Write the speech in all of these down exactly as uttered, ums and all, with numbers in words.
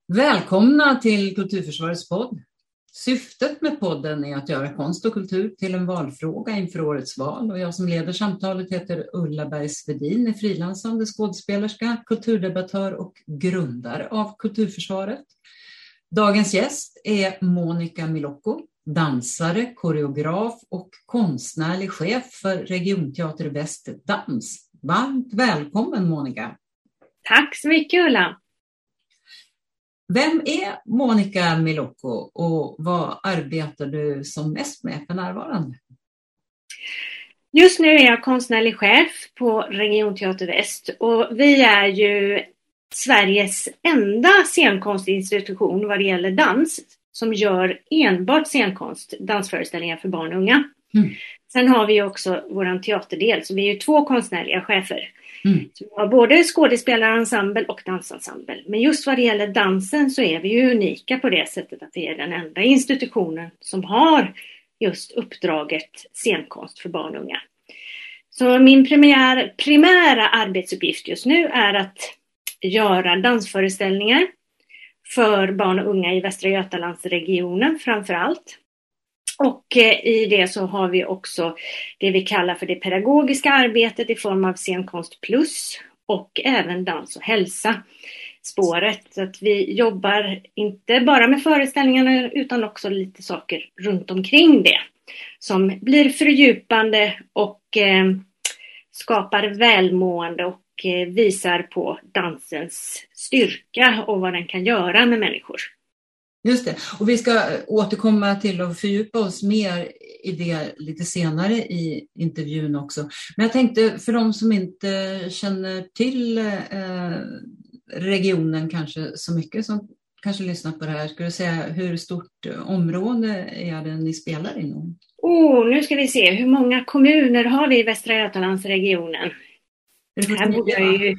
Välkomna till Kulturförsvarets podd. Syftet med podden är att göra konst och kultur till en valfråga inför årets val. Och jag som leder samtalet heter Ulla Bergsvedin, är frilansande skådespelerska, kulturdebattör och grundare av Kulturförsvaret. Dagens gäst är Monica Milocco, dansare, koreograf och konstnärlig chef för Regionteater Väst Dans. Varmt välkommen Monica. Tack så mycket Ulla. Vem är Monica Milocco och vad arbetar du som mest med för närvarande? Just nu är jag konstnärlig chef på Regionteater Väst och vi är ju Sveriges enda scenkonstinstitution vad det gäller dans som gör enbart scenkonst, dansföreställningar för barn och unga. Mm. Sen har vi också vår teaterdel, så vi är ju två konstnärliga chefer. Mm. Så vi har både skådespelarensemble och dansensemble. Men just vad det gäller dansen så är vi ju unika på det sättet att vi är den enda institutionen som har just uppdraget scenkonst för barn och unga. Så min primär, primära arbetsuppgift just nu är att göra dansföreställningar för barn och unga i Västra Götalandsregionen framför allt. Och i det så har vi också det vi kallar för det pedagogiska arbetet i form av scenkonst plus och även dans och hälsa spåret. Så att vi jobbar inte bara med föreställningarna utan också lite saker runt omkring det som blir fördjupande och eh, skapar välmående och eh, visar på dansens styrka och vad den kan göra med människor. Just det, och vi ska återkomma till och fördjupa oss mer i det lite senare i intervjun också. Men jag tänkte för de som inte känner till eh, regionen kanske så mycket som kanske lyssnar på det här, skulle du säga hur stort område är det ni spelar inom? Oh, nu ska vi se, hur många kommuner har vi i Västra Götalandsregionen? Här bor jag ju...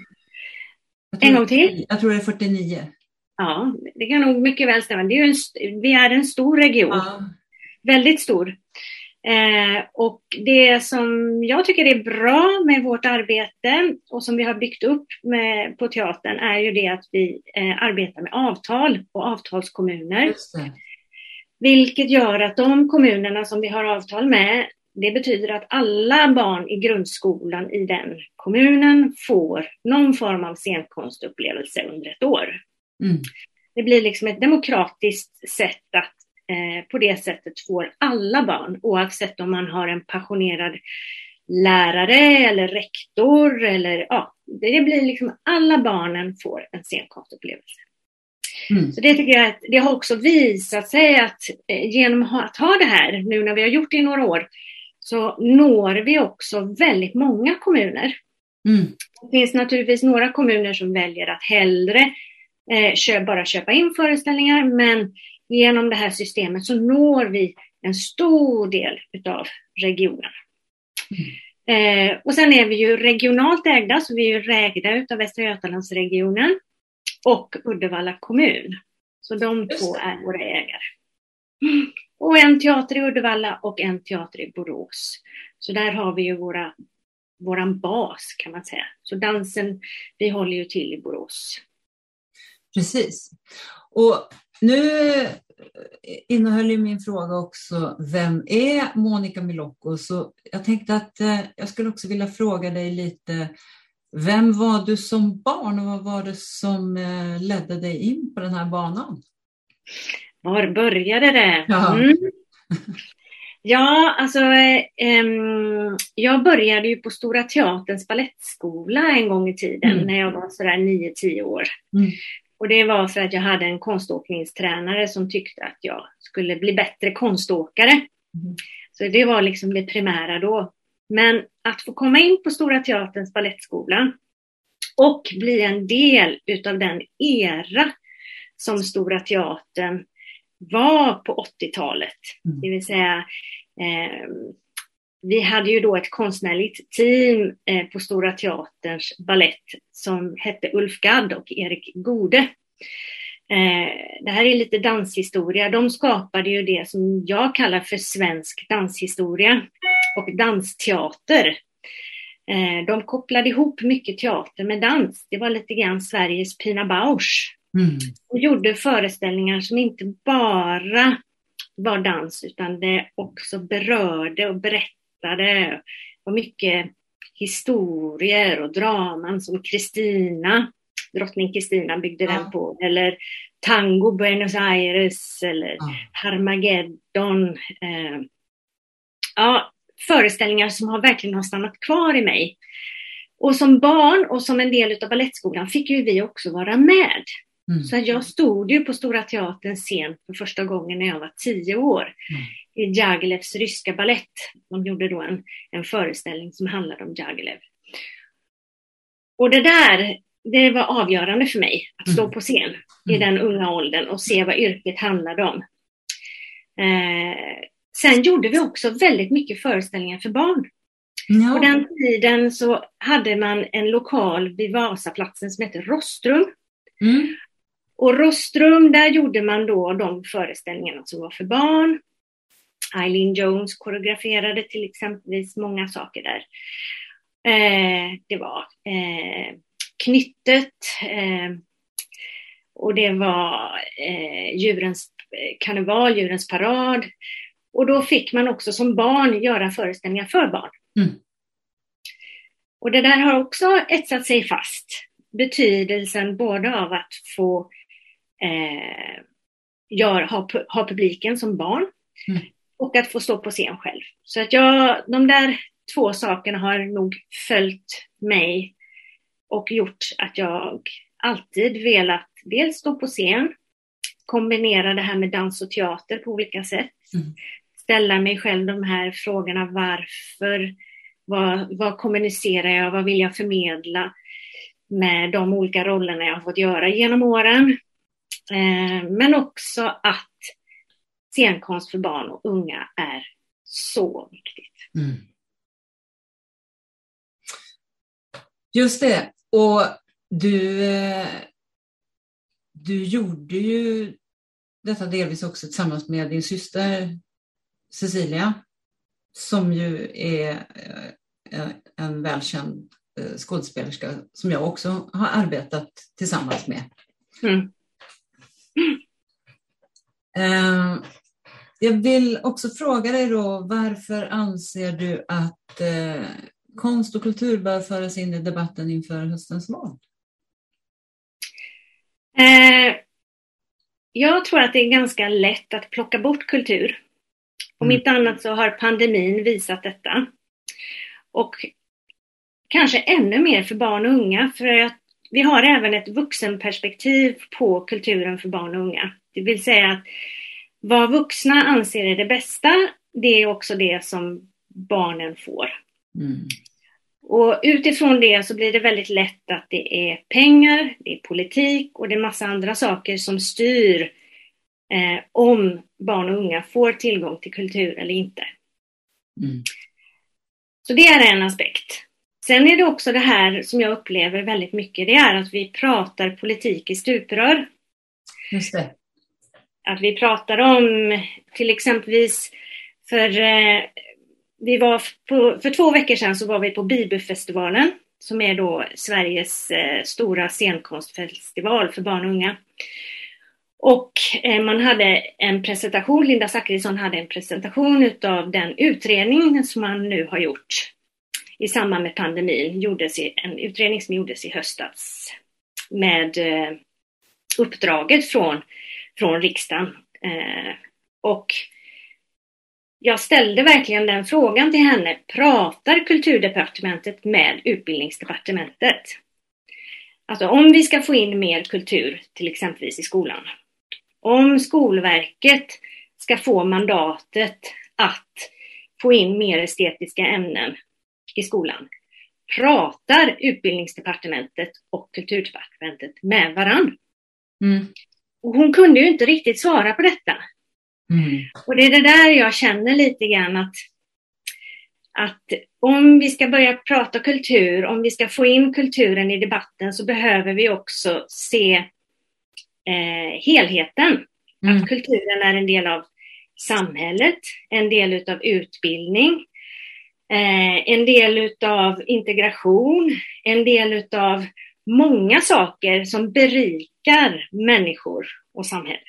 En gång till? Jag tror det är fyrtionio. Ja, det kan nog mycket väl stämma. Det är ju en, vi är en stor region. Ja. Väldigt stor. Eh, och det som jag tycker är bra med vårt arbete och som vi har byggt upp med, på teatern är ju det att vi eh, arbetar med avtal och avtalskommuner. Just det. Vilket gör att de kommunerna som vi har avtal med, det betyder att alla barn i grundskolan i den kommunen får någon form av scenkonstupplevelse under ett år. Mm. Det blir liksom ett demokratiskt sätt att eh, på det sättet får alla barn, oavsett om man har en passionerad lärare eller rektor eller ja, det blir liksom alla barnen får en scenkonstupplevelse. Mm. Så det tycker jag att det har också visat sig att eh, genom att ha det här nu när vi har gjort det i några år så når vi också väldigt många kommuner. Mm. Det finns naturligtvis några kommuner som väljer att hellre Eh, köp, bara köpa in föreställningar, men genom det här systemet så når vi en stor del utav regionen. Mm. Eh, och sen är vi ju regionalt ägda, så vi är ju ägda utav Västra Götalandsregionen och Uddevalla kommun. Så de två är våra ägare. Mm. Och en teater i Uddevalla och en teater i Borås. Så där har vi ju våra, våran bas kan man säga. Så dansen, vi håller ju till i Borås. Precis. Och nu innehöll ju min fråga också, vem är Monica Milocco? Så jag tänkte att eh, jag skulle också vilja fråga dig lite, vem var du som barn och vad var det som eh, ledde dig in på den här banan? Var började det? Ja, mm. ja alltså eh, jag började ju på Stora Teaterns ballettskola en gång i tiden mm. när jag var sådär nio tio år. Mm. Och det var för att jag hade en konståkningstränare som tyckte att jag skulle bli bättre konståkare. Mm. Så det var liksom det primära då. Men att få komma in på Stora Teaterns ballettskola och bli en del utav den era som Stora Teatern var på åttiotalet. Mm. Det vill säga, eh, vi hade ju då ett konstnärligt team eh, på Stora Teaterns ballett som hette Ulf Gadd och Erik Gode. Eh, det här är lite danshistoria. De skapade ju det som jag kallar för svensk danshistoria och dansteater. Eh, de kopplade ihop mycket teater med dans. Det var lite grann Sveriges Pina Bausch Mm. Och gjorde föreställningar som inte bara var dans utan det också berörde och berättade. Och mycket historier och draman som Kristina, drottning Kristina byggde Ja. den på. Eller Tango Buenos Aires eller Ja. Harmageddon. Eh, ja, föreställningar som har verkligen har stannat kvar i mig. Och som barn och som en del av ballettskolan fick ju vi också vara med. Mm. Så jag stod ju på Stora Teaterns scen för första gången när jag var tio år. Mm. I Djagilevs ryska ballett. De gjorde då en, en föreställning som handlade om Djagilev. Och det där, det var avgörande för mig att stå Mm. på scen Mm. i den unga åldern och se vad yrket handlade om. Eh, sen gjorde vi också väldigt mycket föreställningar för barn. Ja. På den tiden så hade man en lokal vid Vasaplatsen som heter Rostrum. Mm. Och Rostrum, där gjorde man då de föreställningarna som var för barn. Eileen Jones koreograferade till exempelvis många saker där. Eh, det var eh, Knyttet eh, och det var eh, djurens karneval, djurens parad. Och då fick man också som barn göra föreställningar för barn. Mm. Och det där har också etsat sig fast. Betydelsen både av att få eh, gör, ha, ha publiken som barn Mm. och att få stå på scen själv. Så att jag, de där två sakerna har nog följt mig och gjort att jag alltid velat dels stå på scen, kombinera det här med dans och teater på olika sätt. Mm. Ställa mig själv de här frågorna: varför, vad, vad kommunicerar jag, vad vill jag förmedla med de olika rollerna jag har fått göra genom åren. Eh, men också att scenkonst för barn och unga är så viktigt. Mm. Just det. Och du, eh, du gjorde ju detta delvis också tillsammans med din syster Cecilia, som ju är eh, en välkänd eh, skådespelerska som jag också har arbetat tillsammans med. Mm. Eh, jag vill också fråga dig då, varför anser du att eh, konst och kultur bör föras in i debatten inför höstens val? Eh, jag tror att det är ganska lätt att plocka bort kultur. Om Mm. inte annat så har pandemin visat detta. Och kanske ännu mer för barn och unga. För att vi har även ett vuxenperspektiv på kulturen för barn och unga. Det vill säga att vad vuxna anser är det bästa, det är också det som barnen får. Mm. Och utifrån det så blir det väldigt lätt att det är pengar, det är politik och det är massa andra saker som styr eh, om barn och unga får tillgång till kultur eller inte. Mm. Så det är en aspekt. Sen är det också det här som jag upplever väldigt mycket, det är att vi pratar politik i stuprör. Just det. Att vi pratar om till exempelvis för, eh, vi var på, för två veckor sedan så var vi på Bibufestivalen som är då Sveriges eh, stora scenkonstfestival för barn och unga. Och eh, man hade en presentation, Linda Zachrisson hade en presentation utav den utredning som man nu har gjort i samband med pandemin. Gjordes i, en utredning som gjordes i höstas med eh, uppdraget från från riksdagen. Eh, och jag ställde verkligen den frågan till henne. Pratar kulturdepartementet med utbildningsdepartementet? Alltså om vi ska få in mer kultur till exempelvis i skolan. Om Skolverket ska få mandatet att få in mer estetiska ämnen i skolan. Pratar utbildningsdepartementet och kulturdepartementet med varann? Mm. Och hon kunde ju inte riktigt svara på detta. Mm. Och det är det där jag känner lite grann att, att om vi ska börja prata kultur, om vi ska få in kulturen i debatten så behöver vi också se eh, helheten. Mm. Att kulturen är en del av samhället, en del av utbildning, eh, en del av integration, en del av många saker som berikar människor och samhället.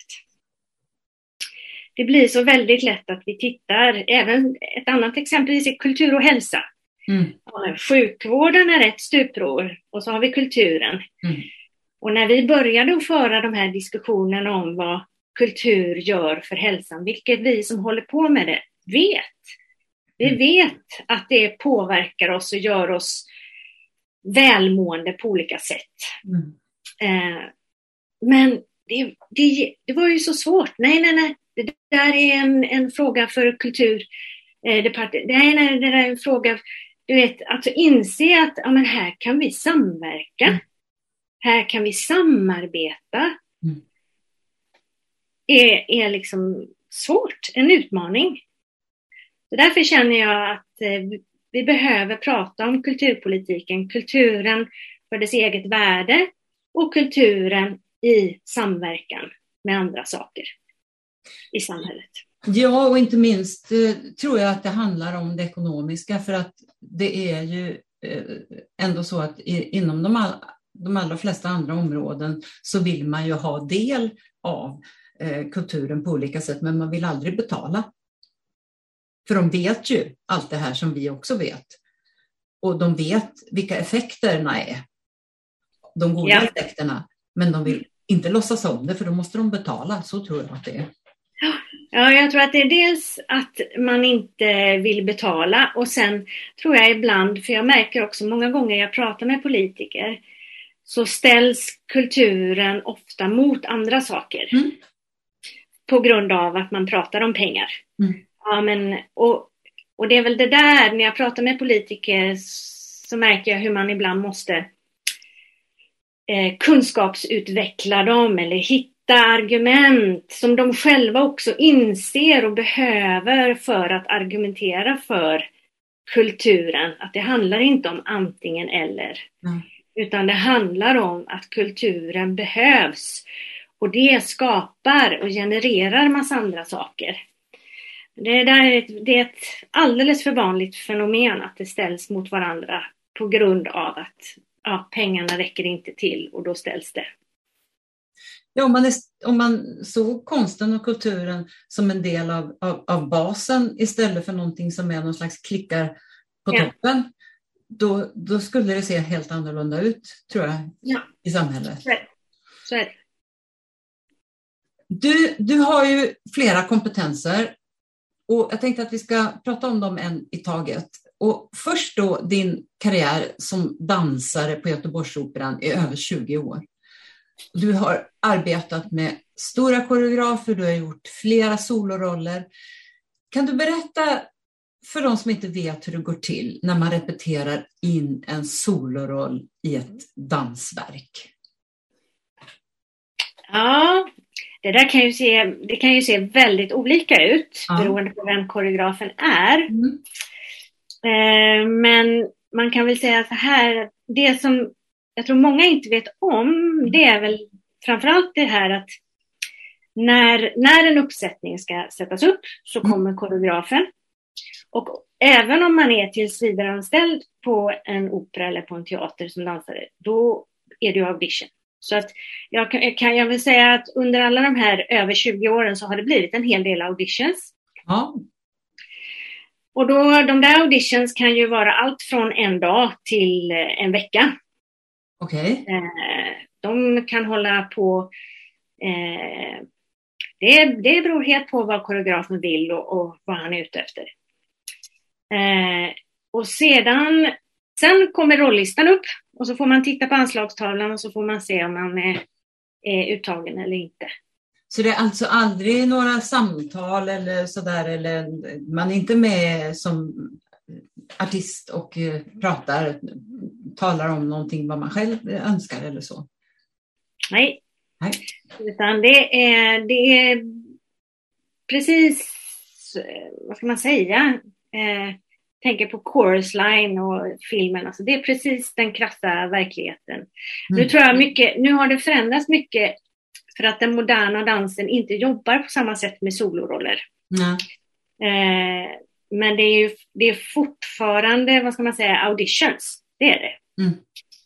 Det blir så väldigt lätt att vi tittar, även ett annat exempel är kultur och hälsa. Mm. Ja, sjukvården är ett stuprör och så har vi kulturen. Mm. Och när vi började att föra de här diskussionerna om vad kultur gör för hälsan, vilket vi som håller på med det vet. Vi mm. vet att det påverkar oss och gör oss välmående på olika sätt. Mm. Eh, men det, det, det var ju så svårt. Nej, nej, nej. Det där är en, en fråga för kulturdepartementet. Eh, nej, nej, det där är en fråga. Du vet, alltså inse att ja, men här kan vi samverka. Mm. Här kan vi samarbeta. Mm. Är, är liksom svårt. En utmaning. Så därför känner jag att eh, vi behöver prata om kulturpolitiken. Kulturen för dess eget värde. Och kulturen i samverkan med andra saker i samhället. Ja, och inte minst eh, tror jag att det handlar om det ekonomiska, för att det är ju eh, ändå så att i, inom de, all, de allra flesta andra områden så vill man ju ha del av eh, kulturen på olika sätt, men man vill aldrig betala. För de vet ju allt det här som vi också vet. Och de vet vilka effekterna är. De goda ja. effekterna, men de vill inte låtsas om det, för då måste de betala. Så tror jag att det är. Ja, jag tror att det är dels att man inte vill betala, och sen tror jag ibland, för jag märker också många gånger jag pratar med politiker, så ställs kulturen ofta mot andra saker. Mm. På grund av att man pratar om pengar. Mm. Ja, men, och, och det är väl det där, när jag pratar med politiker så märker jag hur man ibland måste eh, kunskapsutveckla dem eller hitta argument som de själva också inser och behöver för att argumentera för kulturen. Att det handlar inte om antingen eller. Mm. Utan det handlar om att kulturen behövs. Och det skapar och genererar massa andra saker. Det, där är ett, det är ett alldeles för vanligt fenomen att det ställs mot varandra på grund av att ja, pengarna räcker inte till, och då ställs det. Ja, om man, är, om man såg konsten och kulturen som en del av, av, av basen istället för någonting som är någon slags klickar på ja. toppen, då, då skulle det se helt annorlunda ut, tror jag, ja. i samhället. Så är det. Så är det. Du, du har ju flera kompetenser, och jag tänkte att vi ska prata om dem en i taget. Och först då din karriär som dansare på Göteborgsoperan i över tjugo år. Du har arbetat med stora koreografer, du har gjort flera soloroller. Kan du berätta för de som inte vet hur det går till när man repeterar in en soloroll i ett dansverk? Ja, det där kan ju se, det kan ju se väldigt olika ut ja. beroende på vem koreografen är. Mm. Eh, men man kan väl säga så här, det som jag tror många inte vet om, det är väl framförallt det här att när, när en uppsättning ska sättas upp så kommer koreografen. Och även om man är tillsvidareanställd på en opera eller på en teater som dansare, då är det ju audition. Så att jag kan, kan jag väl säga att under alla de här över tjugo åren så har det blivit en hel del auditions. Ja. Och då, de där auditions kan ju vara allt från en dag till en vecka. Okej. Okay. Eh, de kan hålla på... Eh, det, det beror helt på vad koreografen vill och, och vad han är ute efter. Eh, och sedan, sen kommer rollistan upp. Och så får man titta på anslagstavlan och så får man se om man är, är uttagen eller inte. Så det är alltså aldrig några samtal eller sådär, eller man är inte med som artist och pratar, talar om någonting vad man själv önskar eller så? Nej. Nej. Utan det är, det är precis, vad ska man säga, eh, tänker på chorus line och filmen, alltså det är precis den krassa verkligheten. Mm. Nu tror jag mycket, nu har det förändrats mycket för att den moderna dansen inte jobbar på samma sätt med soloroller. Mm. Eh, men det är ju det är fortfarande, vad ska man säga, auditions. Det är det. Mm.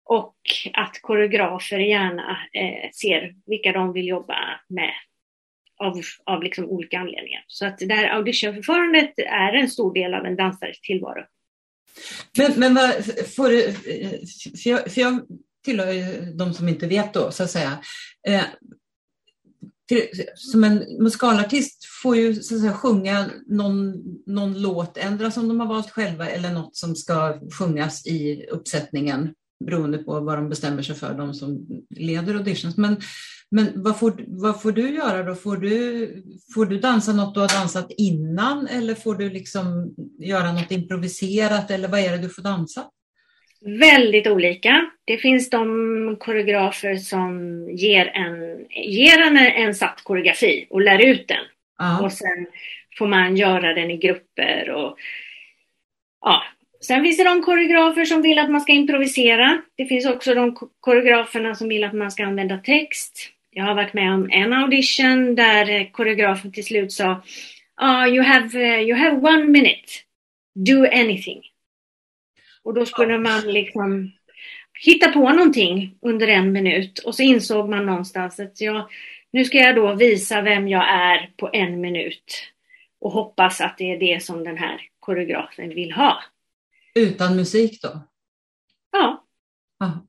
Och att koreografer gärna eh, ser vilka de vill jobba med av, av liksom olika anledningar. Så att det här auditionförfarandet är en stor del av en dansares tillvaro. Men, men vad, får du, för jag, för jag tillhör ju de som inte vet då, så att säga. Eh, till, som en musikalartist får ju så att säga sjunga någon, någon låt, ändra som de har valt själva eller något som ska sjungas i uppsättningen, beroende på vad de bestämmer sig för, de som leder auditions. Men, men vad, får, vad får du göra då? Får du, får du dansa något du har dansat innan, eller får du liksom göra något improviserat, eller vad är det du får dansa? Väldigt olika. Det finns de koreografer som ger en, ger en, en satt koreografi och lär ut den. Ja. Och sen får man göra den i grupper. Och, ja. Sen finns det de koreografer som vill att man ska improvisera. Det finns också de koreograferna som vill att man ska använda text. Jag har varit med om en audition där koreografen till slut sa ah, you have, you have one minute. Do anything. Och då skulle man liksom hitta på någonting under en minut. Och så insåg man någonstans att jag, nu ska jag då visa vem jag är på en minut. Och hoppas att det är det som den här koreografen vill ha. Utan musik då? Ja. Aha.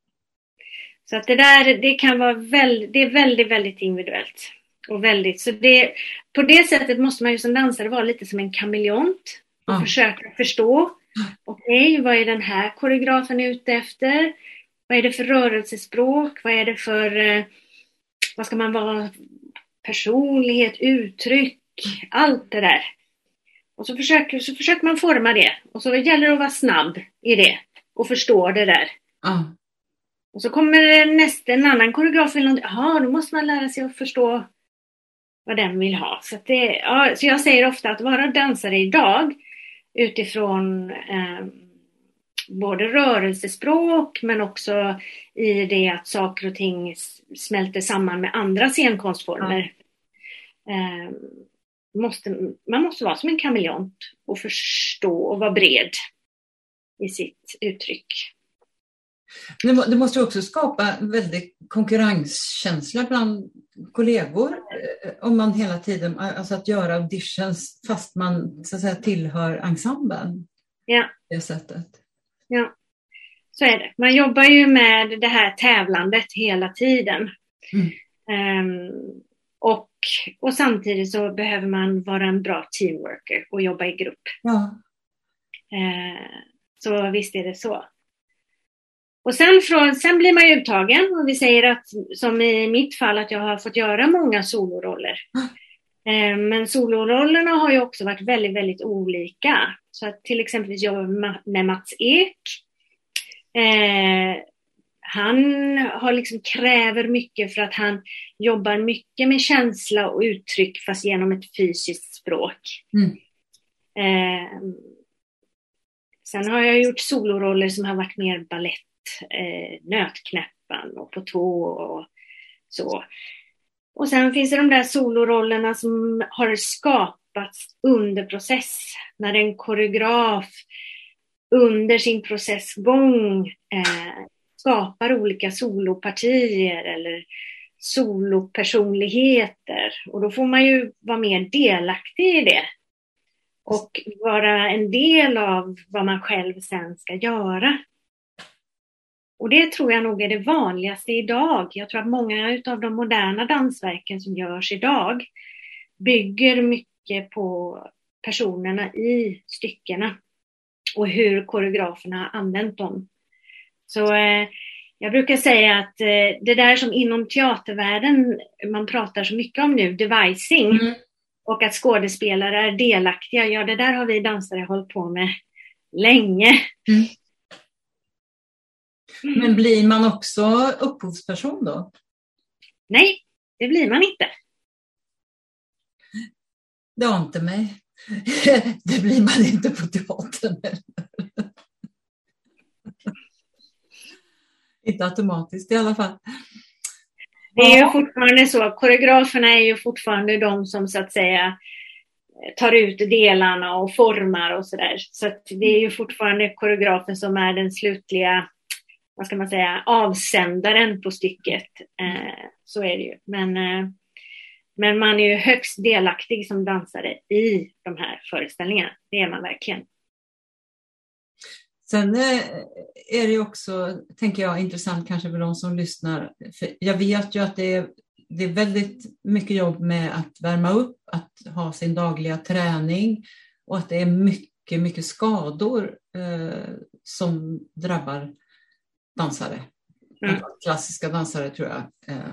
Så att det där, det kan vara väldigt, det är väldigt, väldigt individuellt. Och väldigt, så det, på det sättet måste man ju som dansare vara lite som en kameleont. Och Ja. försöka förstå. Okej, okay, vad är den här koreografen ute efter? Vad är det för rörelsespråk? Vad är det för, vad ska man vara, personlighet, uttryck, allt det där. Och så försöker, så försöker man forma det. Och så gäller det att vara snabb i det. Och förstå det där. Ja. Och så kommer nästa, en annan koreograf. Jaha, då måste man lära sig att förstå vad den vill ha. Så, att det, ja, så jag säger ofta att vara dansare idag utifrån eh, både rörelsespråk men också i det att saker och ting smälter samman med andra scenkonstformer. Ja. Eh, måste, man måste vara som en kameleont och förstå och vara bred i sitt uttryck. Det måste också skapa en väldigt konkurrenskänsla bland kollegor om man hela tiden, alltså att göra auditions fast man så att säga tillhör ensemblen. Ja. Det sättet. Ja, så är det. Man jobbar ju med det här tävlandet hela tiden. Mm. Um, och, och samtidigt så behöver man vara en bra teamworker och jobba i grupp. Ja. Uh, så visst är det så. Och sen, från, sen blir man ju uttagen och vi säger att, som i mitt fall, att jag har fått göra många soloroller. Mm. Men solorollerna har ju också varit väldigt, väldigt olika. Så att till exempel jag med Mats Ek. Eh, han har liksom kräver mycket för att han jobbar mycket med känsla och uttryck fast genom ett fysiskt språk. Mm. Eh, sen har jag gjort soloroller som har varit mer ballett. Eh, nötknäppan och på tå och så. Och sen finns det de där solorollerna som har skapats under process. När en koreograf under sin processgång eh, skapar olika solopartier eller solopersonligheter. Och då får man ju vara mer delaktig i det. Och vara en del av vad man själv sen ska göra. Och det tror jag nog är det vanligaste idag. Jag tror att många av de moderna dansverken som görs idag bygger mycket på personerna i styckena och hur koreograferna har använt dem. Så eh, jag brukar säga att eh, det där som inom teatervärlden man pratar så mycket om nu, devising, mm. och att skådespelare är delaktiga, ja det där har vi dansare hållit på med länge. Mm. Men blir man också upphovsperson då? Nej, det blir man inte. Det ante mig. Det blir man inte på teatern. Inte automatiskt i alla fall. Det är ju fortfarande så. Koreograferna är ju fortfarande de som så att säga tar ut delarna och formar och sådär. Så att det är ju fortfarande koreografen som är den slutliga vad ska man säga, avsändaren på stycket. Eh, så är det ju. Men, eh, men man är ju högst delaktig som dansare i de här föreställningarna. Det är man verkligen. Sen är det också, tänker jag, intressant kanske för de som lyssnar. För jag vet ju att det är, det är väldigt mycket jobb med att värma upp, att ha sin dagliga träning och att det är mycket, mycket skador eh, som drabbar dansare. Mm. Klassiska dansare tror jag. Eh.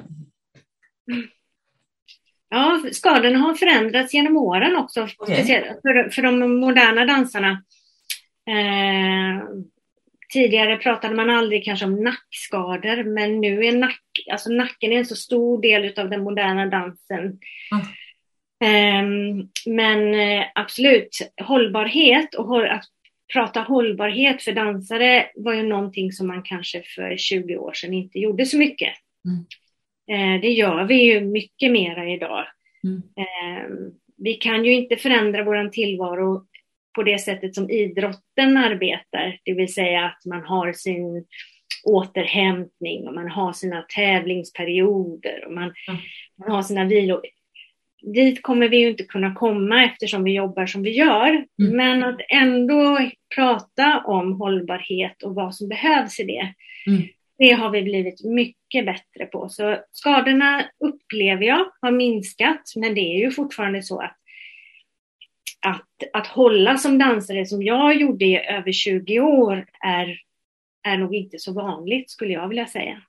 Ja, skadorna har förändrats genom åren också. Okay. Speciellt för, för de moderna dansarna. Eh, tidigare pratade man aldrig kanske om nackskador, men nu är nack, alltså nacken är en så stor del av den moderna dansen. Mm. Eh, men eh, absolut, hållbarhet och att prata hållbarhet för dansare var ju någonting som man kanske för tjugo år sedan inte gjorde så mycket. Mm. Eh, det gör vi ju mycket mera idag. Mm. Eh, vi kan ju inte förändra våran tillvaro på det sättet som idrotten arbetar, det vill säga att man har sin återhämtning och man har sina tävlingsperioder och man, mm. man har sina vilor. Dit kommer vi ju inte kunna komma eftersom vi jobbar som vi gör, mm. men att ändå prata om hållbarhet och vad som behövs i det, mm. det har vi blivit mycket bättre på. Så skadorna upplever jag har minskat, men det är ju fortfarande så att Att, att hålla som dansare som jag gjorde i över tjugo år är, är nog inte så vanligt, skulle jag vilja säga.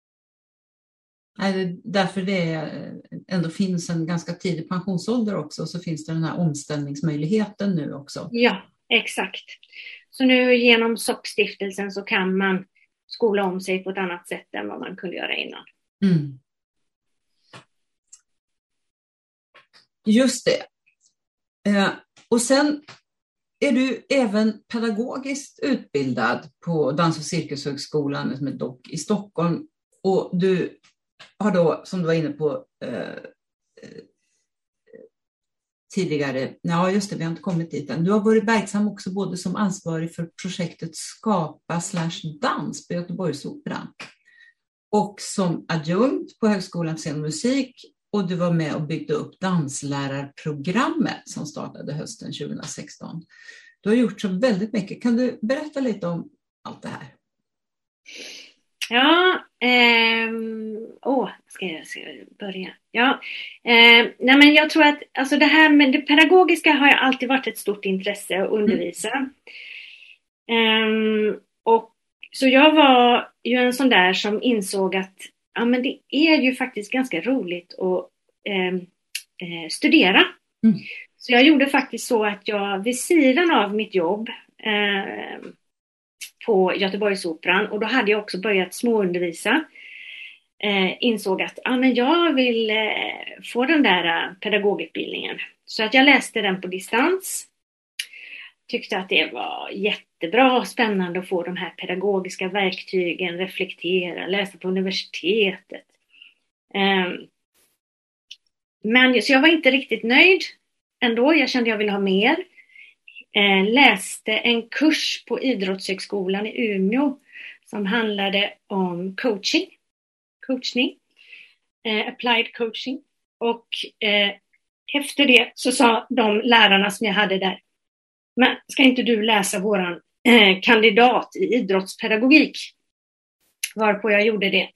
Nej, därför det ändå finns en ganska tidig pensionsålder också, så finns det den här omställningsmöjligheten nu också. Ja, exakt. Så nu genom S O P-stiftelsen så kan man skola om sig på ett annat sätt än vad man kunde göra innan. Mm. Just det. Eh, och sen är du även pedagogiskt utbildad på Dans- och cirkushögskolan som är dock i Stockholm. Och du har då, som du var inne på eh, tidigare, ja just det, vi har inte kommit dit än. Du har varit verksam också både som ansvarig för projektet Skapa slash dans på Göteborgsoperan och som adjunkt på Högskolan för scen och musik. Och du var med och byggde upp danslärarprogrammet som startade hösten tjugo sexton. Du har gjort så väldigt mycket. Kan du berätta lite om allt det här? Ja, eh, åh, ska jag, ska jag börja? Ja, eh, nej men jag tror att alltså det här med det pedagogiska har jag alltid varit ett stort intresse att undervisa. Mm. Eh, och så jag var ju en sån där som insåg att ja, men det är ju faktiskt ganska roligt att eh, eh, studera. Mm. Så jag gjorde faktiskt så att jag vid sidan av mitt jobb eh, på Göteborgsoperan, och då hade jag också börjat småundervisa, eh, insåg att ja, men jag vill eh, få den där pedagogutbildningen. Så att jag läste den på distans. Tyckte att det var jättebra och spännande att få de här pedagogiska verktygen, reflektera, läsa på universitetet. Um, men så jag var inte riktigt nöjd ändå. Jag kände att jag ville ha mer. Uh, läste en kurs på Idrottshögskolan i Umeå som handlade om coaching. Coachning. Uh, applied coaching. Och uh, efter det så sa de lärarna som jag hade där: men ska inte du läsa våran eh, kandidat i idrottspedagogik? Varpå jag gjorde det.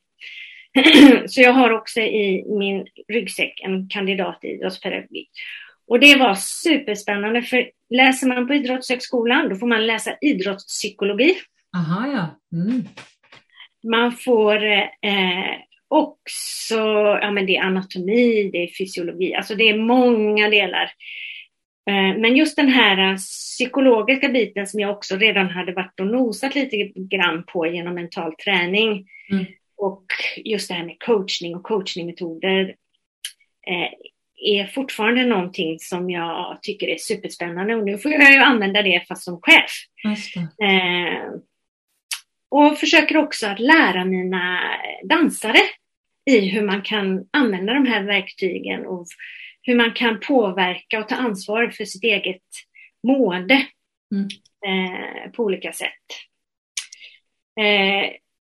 Så jag har också i min ryggsäck en kandidat i idrottspedagogik. Och det var superspännande, för läser man på Idrottshögskolan då får man läsa idrottspsykologi. Aha, ja. Mm. Man får eh, också, ja men det är anatomi, det är fysiologi, alltså det är många delar. Men just den här psykologiska biten som jag också redan hade varit och nosat lite grann på genom mental träning. Mm. Och just det här med coachning och coachningmetoder eh, är fortfarande någonting som jag tycker är superspännande. Och nu får jag ju använda det fast som chef. Just det. Eh, och försöker också att lära mina dansare i hur man kan använda de här verktygen och hur man kan påverka och ta ansvar för sitt eget mående mm. eh, på olika sätt. Eh,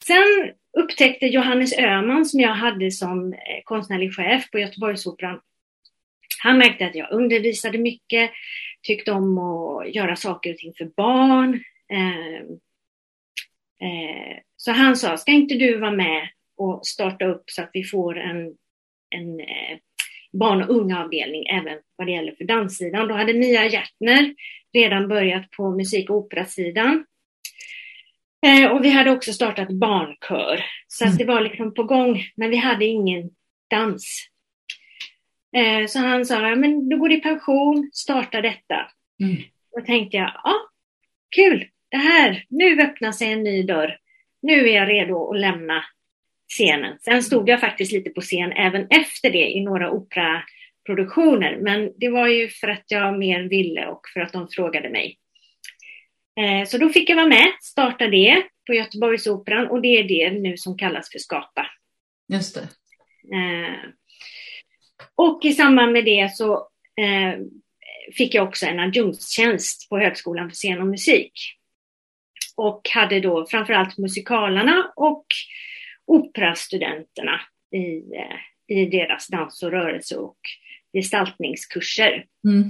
Sen upptäckte Johannes Öhman, som jag hade som konstnärlig chef på Göteborgsoperan, han märkte att jag undervisade mycket, tyckte om att göra saker och ting för barn. Eh, eh, så han sa, ska inte du vara med och starta upp så att vi får en, en eh, barn- och ungaavdelning även vad det gäller för danssidan. Då hade Mia Hjärtner redan börjat på musik- och operasidan. Eh, och vi hade också startat barnkör. Så att det var liksom på gång, men vi hade ingen dans. Eh, så han sa, ja, men du går i pension, starta detta. Mm. Då tänkte jag, ja, kul, det här, nu öppnar sig en ny dörr. Nu är jag redo att lämna scenen. Sen stod jag faktiskt lite på scen även efter det i några operaproduktioner. Men det var ju för att jag mer ville och för att de frågade mig. Eh, så då fick jag vara med, starta det på Göteborgsoperan, och det är det nu som kallas för Skapa. Just det. Eh, och i samband med det så eh, fick jag också en adjunktstjänst på Högskolan för scen och musik. Och hade då framförallt musikalerna och operastudenterna i, i deras dans- och rörelse- och gestaltningskurser. Mm.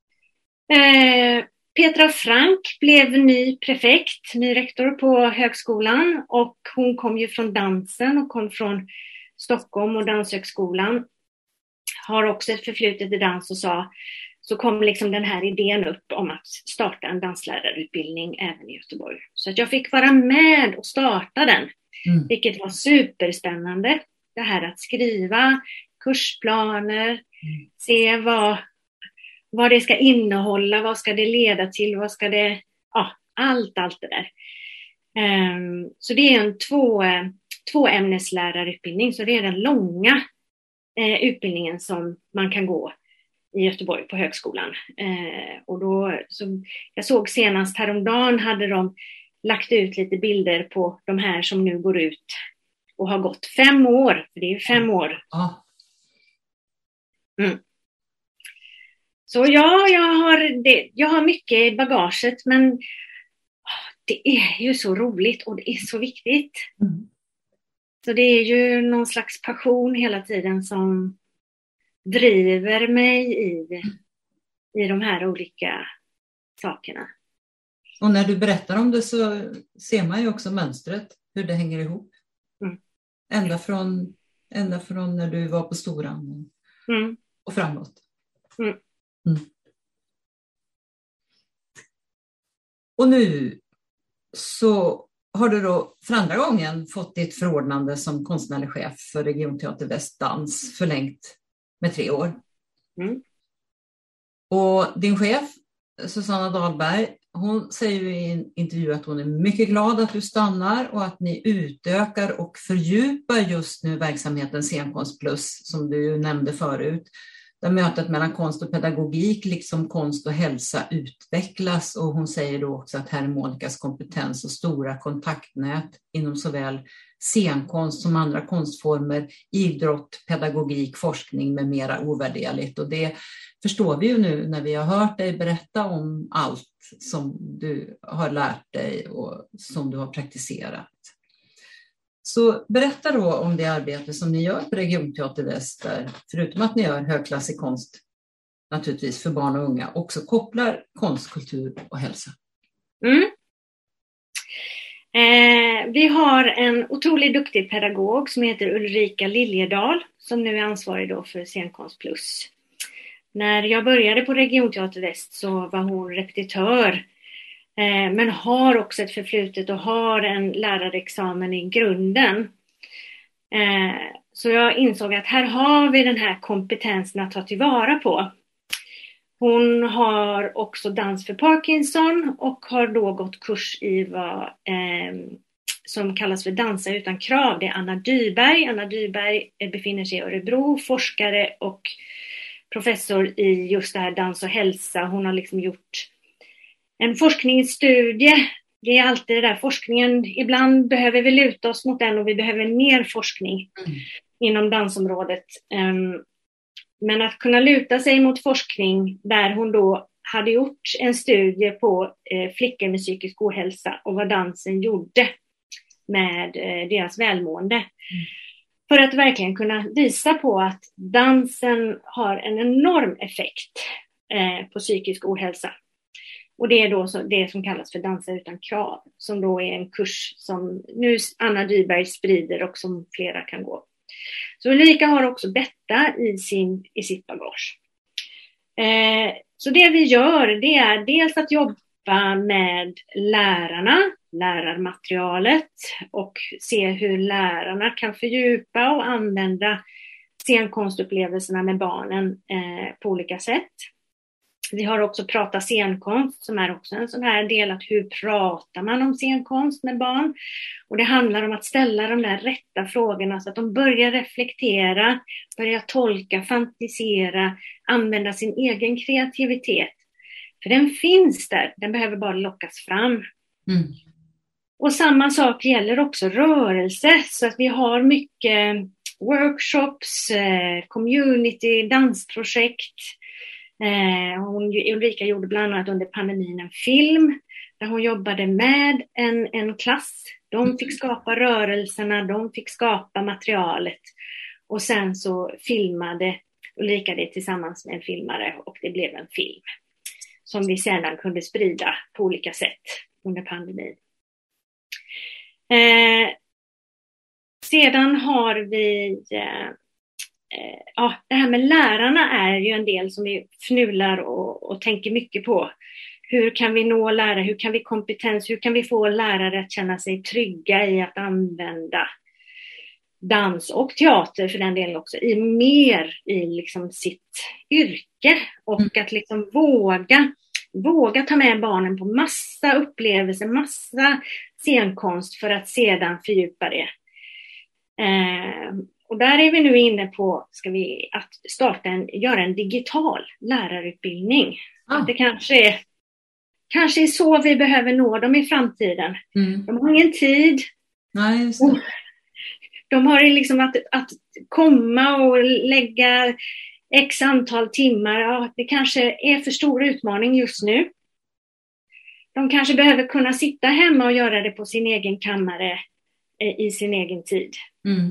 Eh, Petra Frank blev ny prefekt, ny rektor på högskolan, och hon kom ju från dansen och kom från Stockholm och Danshögskolan. Har också ett förflutet i dans, och sa, så kom liksom den här idén upp om att starta en danslärarutbildning även i Göteborg. Så att jag fick vara med och starta den, mm. vilket var superspännande. Det här att skriva kursplaner, mm. se vad, vad det ska innehålla, vad ska det leda till, vad ska det, ja, allt, allt det där. Um, så det är en två, två ämneslärarutbildning, så det är den långa eh, utbildningen som man kan gå i Göteborg på högskolan. Eh, och då, så jag såg senast häromdagen hade de lagt ut lite bilder på de här som nu går ut och har gått fem år, för det är fem år. Mm. Så ja, jag har, det, jag har mycket i bagaget, men det är ju så roligt och det är så viktigt. Mm. Så det är ju någon slags passion hela tiden som driver mig i, i de här olika sakerna. Och när du berättar om det så ser man ju också mönstret, hur det hänger ihop. Mm. Ända från, ända från när du var på Storan mm. och framåt. Mm. Mm. Och nu så har du då för andra gången fått ditt förordnande som konstnärlig chef för Regionteater Väst Dans förlängt med tre år. Mm. Och din chef, Susanna Dahlberg, hon säger ju i en intervju att hon är mycket glad att du stannar och att ni utökar och fördjupar just nu verksamheten Scenkonst Plus, som du nämnde förut. Där mötet mellan konst och pedagogik liksom konst och hälsa utvecklas, och hon säger då också att här är Monikas kompetens och stora kontaktnät inom såväl scenkonst som andra konstformer, idrott, pedagogik, forskning med mera ovärderligt. Och det förstår vi ju nu när vi har hört dig berätta om allt som du har lärt dig och som du har praktiserat. Så berätta då om det arbete som ni gör på Regionteater Väst, där förutom att ni gör högklassig konst naturligtvis för barn och unga, också kopplar konst, kultur och hälsa. Mm. Eh, vi har en otroligt duktig pedagog som heter Ulrika Liljedahl, som nu är ansvarig då för Scenkonst Plus. När jag började på Regionteater Väst så var hon repetitör, eh, men har också ett förflutet och har en lärarexamen i grunden. Eh, så jag insåg att här har vi den här kompetensen att ta tillvara på. Hon har också dans för Parkinson och har då gått kurs i vad eh, som kallas för dansa utan krav. Det är Anna Dyberg. Anna Dyberg befinner sig i Örebro, forskare och professor i just det här dans och hälsa. Hon har liksom gjort en forskningsstudie. Det är alltid det där forskningen. Ibland behöver vi luta oss mot den och vi behöver mer forskning mm. inom dansområdet. Um, Men att kunna luta sig mot forskning där hon då hade gjort en studie på eh, flickor med psykisk ohälsa och vad dansen gjorde med deras välmående. Mm. För att verkligen kunna visa på att dansen har en enorm effekt eh, på psykisk ohälsa. Och det är då så, det som kallas för Dansa utan krav, som då är en kurs som nu Anna Dyberg sprider och som flera kan gå. Så Ulrika har också detta i, sin, i sitt bagage. Eh, så det vi gör, det är dels att jobba med lärarna, lärarmaterialet, och se hur lärarna kan fördjupa och använda scenkonstupplevelserna med barnen eh, på olika sätt. Vi har också Prata scenkonst, som är också en sån här del, att hur pratar man om scenkonst med barn. Och det handlar om att ställa de där rätta frågorna så att de börjar reflektera, börjar tolka, fantisera, använda sin egen kreativitet. För den finns där, den behöver bara lockas fram. Mm. Och samma sak gäller också rörelse, så att vi har mycket workshops, community, dansprojekt. Eh, hon, Ulrika gjorde bland annat under pandemin en film där hon jobbade med en, en klass. De fick skapa rörelserna, de fick skapa materialet, och sen så filmade Ulrika det tillsammans med en filmare, och det blev en film som vi sedan kunde sprida på olika sätt under pandemin. Eh, sedan har vi eh, Ja, det här med lärarna är ju en del som vi fnular och, och tänker mycket på. Hur kan vi nå lärare? Hur kan vi kompetens? Hur kan vi få lärare att känna sig trygga i att använda dans och teater för den delen också i mer i liksom sitt yrke, och mm. att liksom våga våga ta med barnen på massa upplevelser, massa scenkonst för att sedan fördjupa det. Eh, Och där är vi nu inne på, ska vi att starta en, göra en digital lärarutbildning. Ah. Att det kanske är, kanske är så vi behöver nå dem i framtiden. Mm. De har ingen tid. Nej, just det. De har liksom att, att komma och lägga x antal timmar. Ja, det kanske är för stor utmaning just nu. De kanske behöver kunna sitta hemma och göra det på sin egen kammare i sin egen tid. Mm.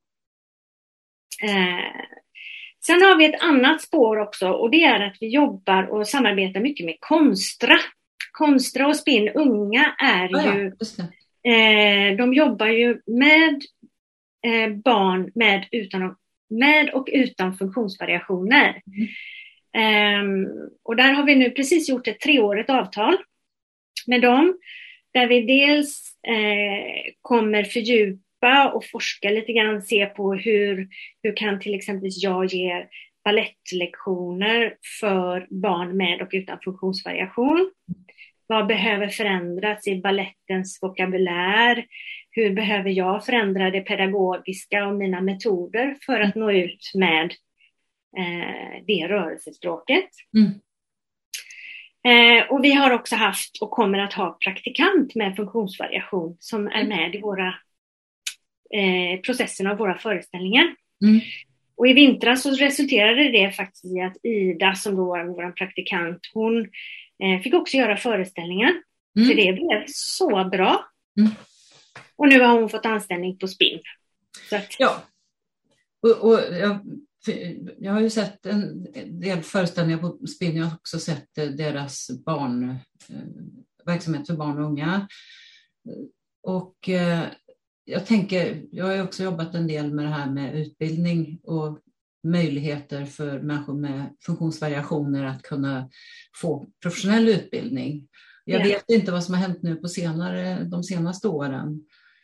Eh, sen har vi ett annat spår också, och det är att vi jobbar och samarbetar mycket med Konstra. Konstra och Spinn Unga är ah, ju, ja, eh, de jobbar ju med eh, barn med, utan, med och utan funktionsvariationer. Mm. Eh, och där har vi nu precis gjort ett treårigt avtal med dem, där vi dels eh, kommer fördjupa och forska lite grann, se på hur, hur kan till exempel jag ge ballettlektioner för barn med och utan funktionsvariation. Vad behöver förändras i ballettens vokabulär? Hur behöver jag förändra det pedagogiska och mina metoder för att nå ut med eh, det rörelsespråket? Mm. Eh, och vi har också haft och kommer att ha praktikant med funktionsvariation som är med i våra Eh, processen av våra föreställningar. Mm. Och i vintras så resulterade det faktiskt i att Ida, som då var vår praktikant, hon eh, fick också göra föreställningar. Mm. Så det blev så bra. Mm. Och nu har hon fått anställning på Spinn. Så att... Ja, och, och jag, jag har ju sett en del föreställningar på Spinn. Jag har också sett deras barn, eh, verksamhet för barn och unga. Och eh, jag tänker, jag har ju också jobbat en del med det här med utbildning och möjligheter för människor med funktionsvariationer att kunna få professionell utbildning. Jag vet ja. inte vad som har hänt nu på senare, de senaste åren.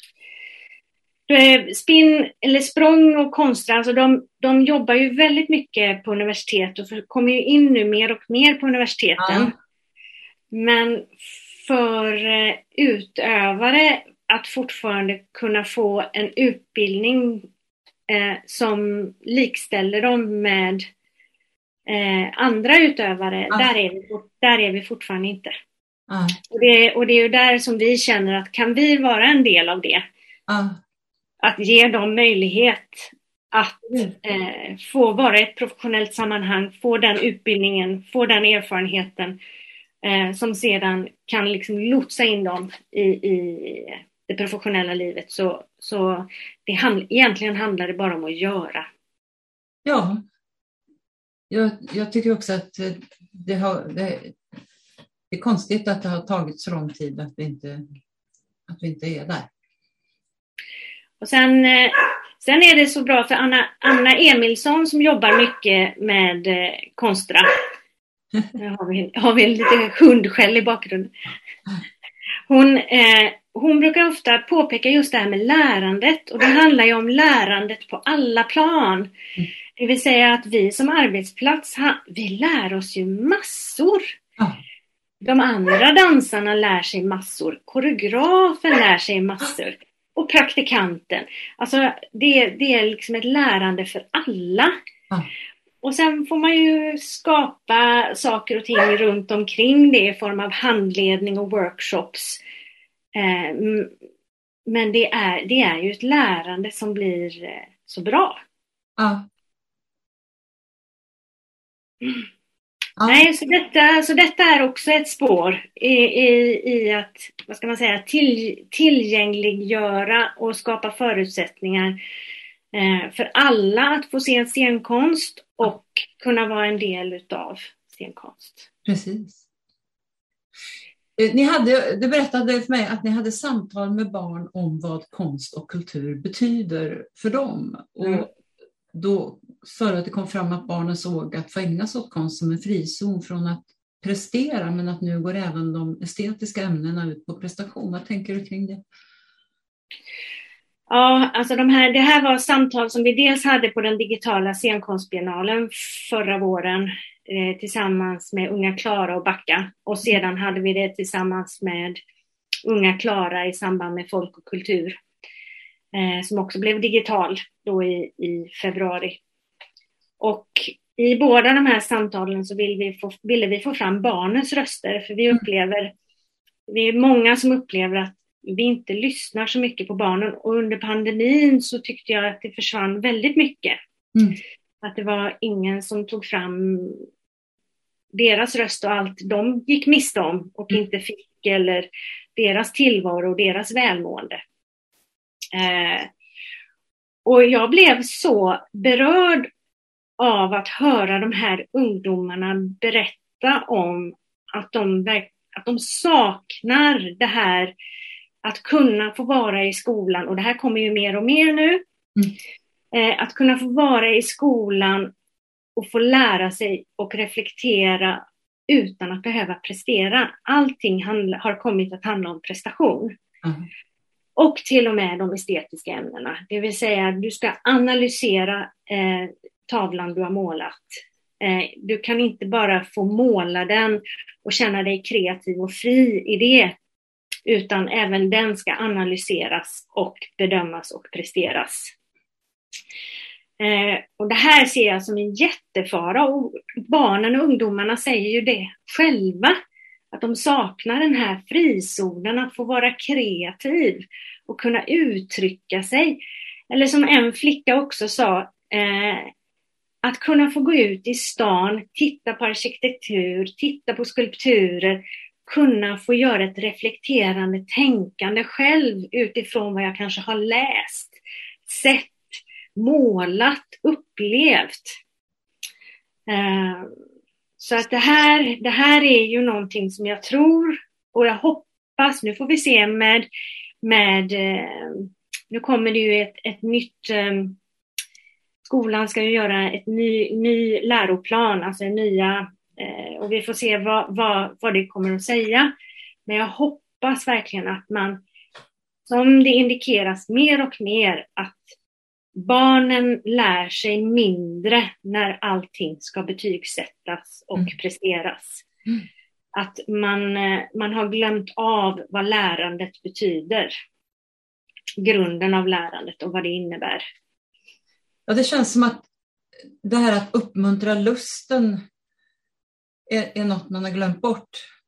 Spinn eller Språng och Konstra, alltså de, de jobbar ju väldigt mycket på universitet och kommer ju in nu mer och mer på universiteten. Ja. Men för utövare att fortfarande kunna få en utbildning eh, som likställer dem med eh, andra utövare, ah. där, är vi, där är vi fortfarande inte. Ah. Och, det, och det är ju där som vi känner att kan vi vara en del av det? Ah. Att ge dem möjlighet att eh, få vara i ett professionellt sammanhang, få den utbildningen, få den erfarenheten eh, som sedan kan liksom lotsa in dem i, i det professionella livet, så, så det hand, egentligen handlar det bara om att göra. Ja, jag, jag tycker också att det, har, det, det är konstigt att det har tagit så lång tid att vi inte, att vi inte är där. Och sen, sen är det så bra för Anna, Anna Emilsson som jobbar mycket med Konstra. Nu har vi, har vi en liten hundskäll i bakgrunden. Hon, eh, hon brukar ofta påpeka just det här med lärandet. Och det handlar ju om lärandet på alla plan. Det vill säga att vi som arbetsplats, vi lär oss ju massor. De andra dansarna lär sig massor. Koreografen lär sig massor. Och praktikanten. Alltså det, det är liksom ett lärande för alla. Och sen får man ju skapa saker och ting runt omkring det i form av handledning och workshops. Eh, men det är, det är ju ett lärande som blir eh, så bra. Ja. Mm. Ja. Nej, så detta, så detta är också ett spår i, i, i att, vad ska man säga, till, tillgängliggöra och skapa förutsättningar eh, för alla att få se en scenkonst och kunna vara en del utav scenkonst. Precis. Ni hade, du berättade för mig att ni hade samtal med barn om vad konst och kultur betyder för dem. Och mm. då sa du att det kom fram att barnen såg att få ägna sig åt konst som en frizon från att prestera, men att nu går även de estetiska ämnena ut på prestation. Vad tänker du kring det? Ja, alltså de här, det här var samtal som vi dels hade på den digitala scenkonstbiennalen förra våren eh, tillsammans med Unga Klara och Backa. Och sedan hade vi det tillsammans med Unga Klara i samband med folk och kultur. Eh, som också blev digital då i, i februari. Och i båda de här samtalen så vill vi få, ville vi få fram barnens röster. För vi upplever, vi är många som upplever att vi inte lyssnar så mycket på barnen. Och under pandemin så tyckte jag att det försvann väldigt mycket. Mm. Att det var ingen som tog fram deras röst och allt de gick miste om och mm. inte fick, eller deras tillvaro och deras välmående. Eh, och jag blev så berörd av att höra de här ungdomarna berätta om att de, att de saknar det här att kunna få vara i skolan, och det här kommer ju mer och mer nu, mm. eh, att kunna få vara i skolan och få lära sig och reflektera utan att behöva prestera. Allting handla, har kommit att handla om prestation. Mm. Och till och med de estetiska ämnena. Det vill säga du ska analysera eh, tavlan du har målat. Eh, du kan inte bara få måla den och känna dig kreativ och fri i det. Utan även den ska analyseras och bedömas och presteras. Eh, och det här ser jag som en jättefara. Och barnen och ungdomarna säger ju det själva. Att de saknar den här frizonen att få vara kreativ och kunna uttrycka sig. Eller som en flicka också sa, eh, att kunna få gå ut i stan, titta på arkitektur, titta på skulpturer, kunna få göra ett reflekterande tänkande själv utifrån vad jag kanske har läst, sett, målat, upplevt. Eh, Så att det här, det här är ju någonting som jag tror och jag hoppas, nu får vi se med, med nu kommer det ju ett, ett nytt, skolan ska ju göra ett ny, ny läroplan, alltså en nya, och vi får se vad, vad, vad det kommer att säga. Men jag hoppas verkligen att man, som det indikeras mer och mer, att barnen lär sig mindre när allting ska betygsättas och mm. presteras. Mm. Att man, man har glömt av vad lärandet betyder. Grunden av lärandet och vad det innebär. Ja, det känns som att det här att uppmuntra lusten är, är något man har glömt bort.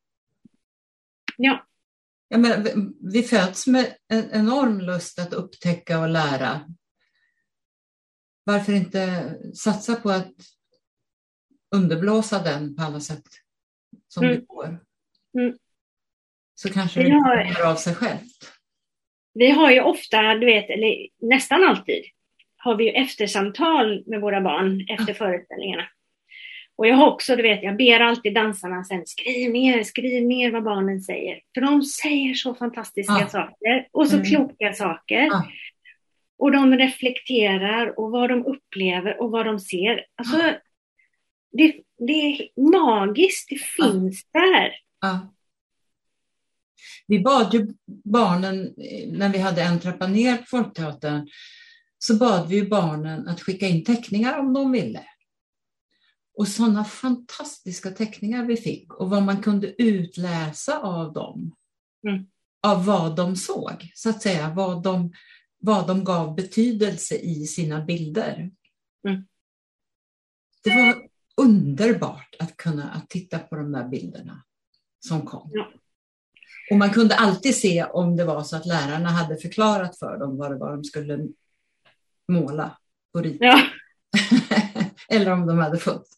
Ja. Ja, men vi föds med en enorm lust att upptäcka och lära. Varför inte satsa på att underblåsa den på alla sätt som mm. det går? Mm. Så kanske det kommer av sig självt. vi har ju ofta, du vet, eller nästan alltid, har vi ju eftersamtal med våra barn efter föreställningarna. Och jag har också, du vet, jag ber alltid dansarna sen, skriv ner, skriv ner vad barnen säger. För de säger så fantastiska ah. saker och så mm. kloka saker. Ah. Och de reflekterar och vad de upplever och vad de ser. Alltså, ah. det, det är magiskt, det finns ah. där. Ah. Vi bad ju barnen, när vi hade en trappa ner på Folkteatern, så bad vi ju barnen att skicka in teckningar om de ville. Och sådana fantastiska teckningar vi fick och vad man kunde utläsa av dem. Mm. Av vad de såg, så att säga. Vad de, vad de gav betydelse i sina bilder. Mm. Det var underbart att kunna att titta på de där bilderna som kom. Ja. Och man kunde alltid se om det var så att lärarna hade förklarat för dem vad det var de skulle måla på rita. Ja. Eller om de hade fått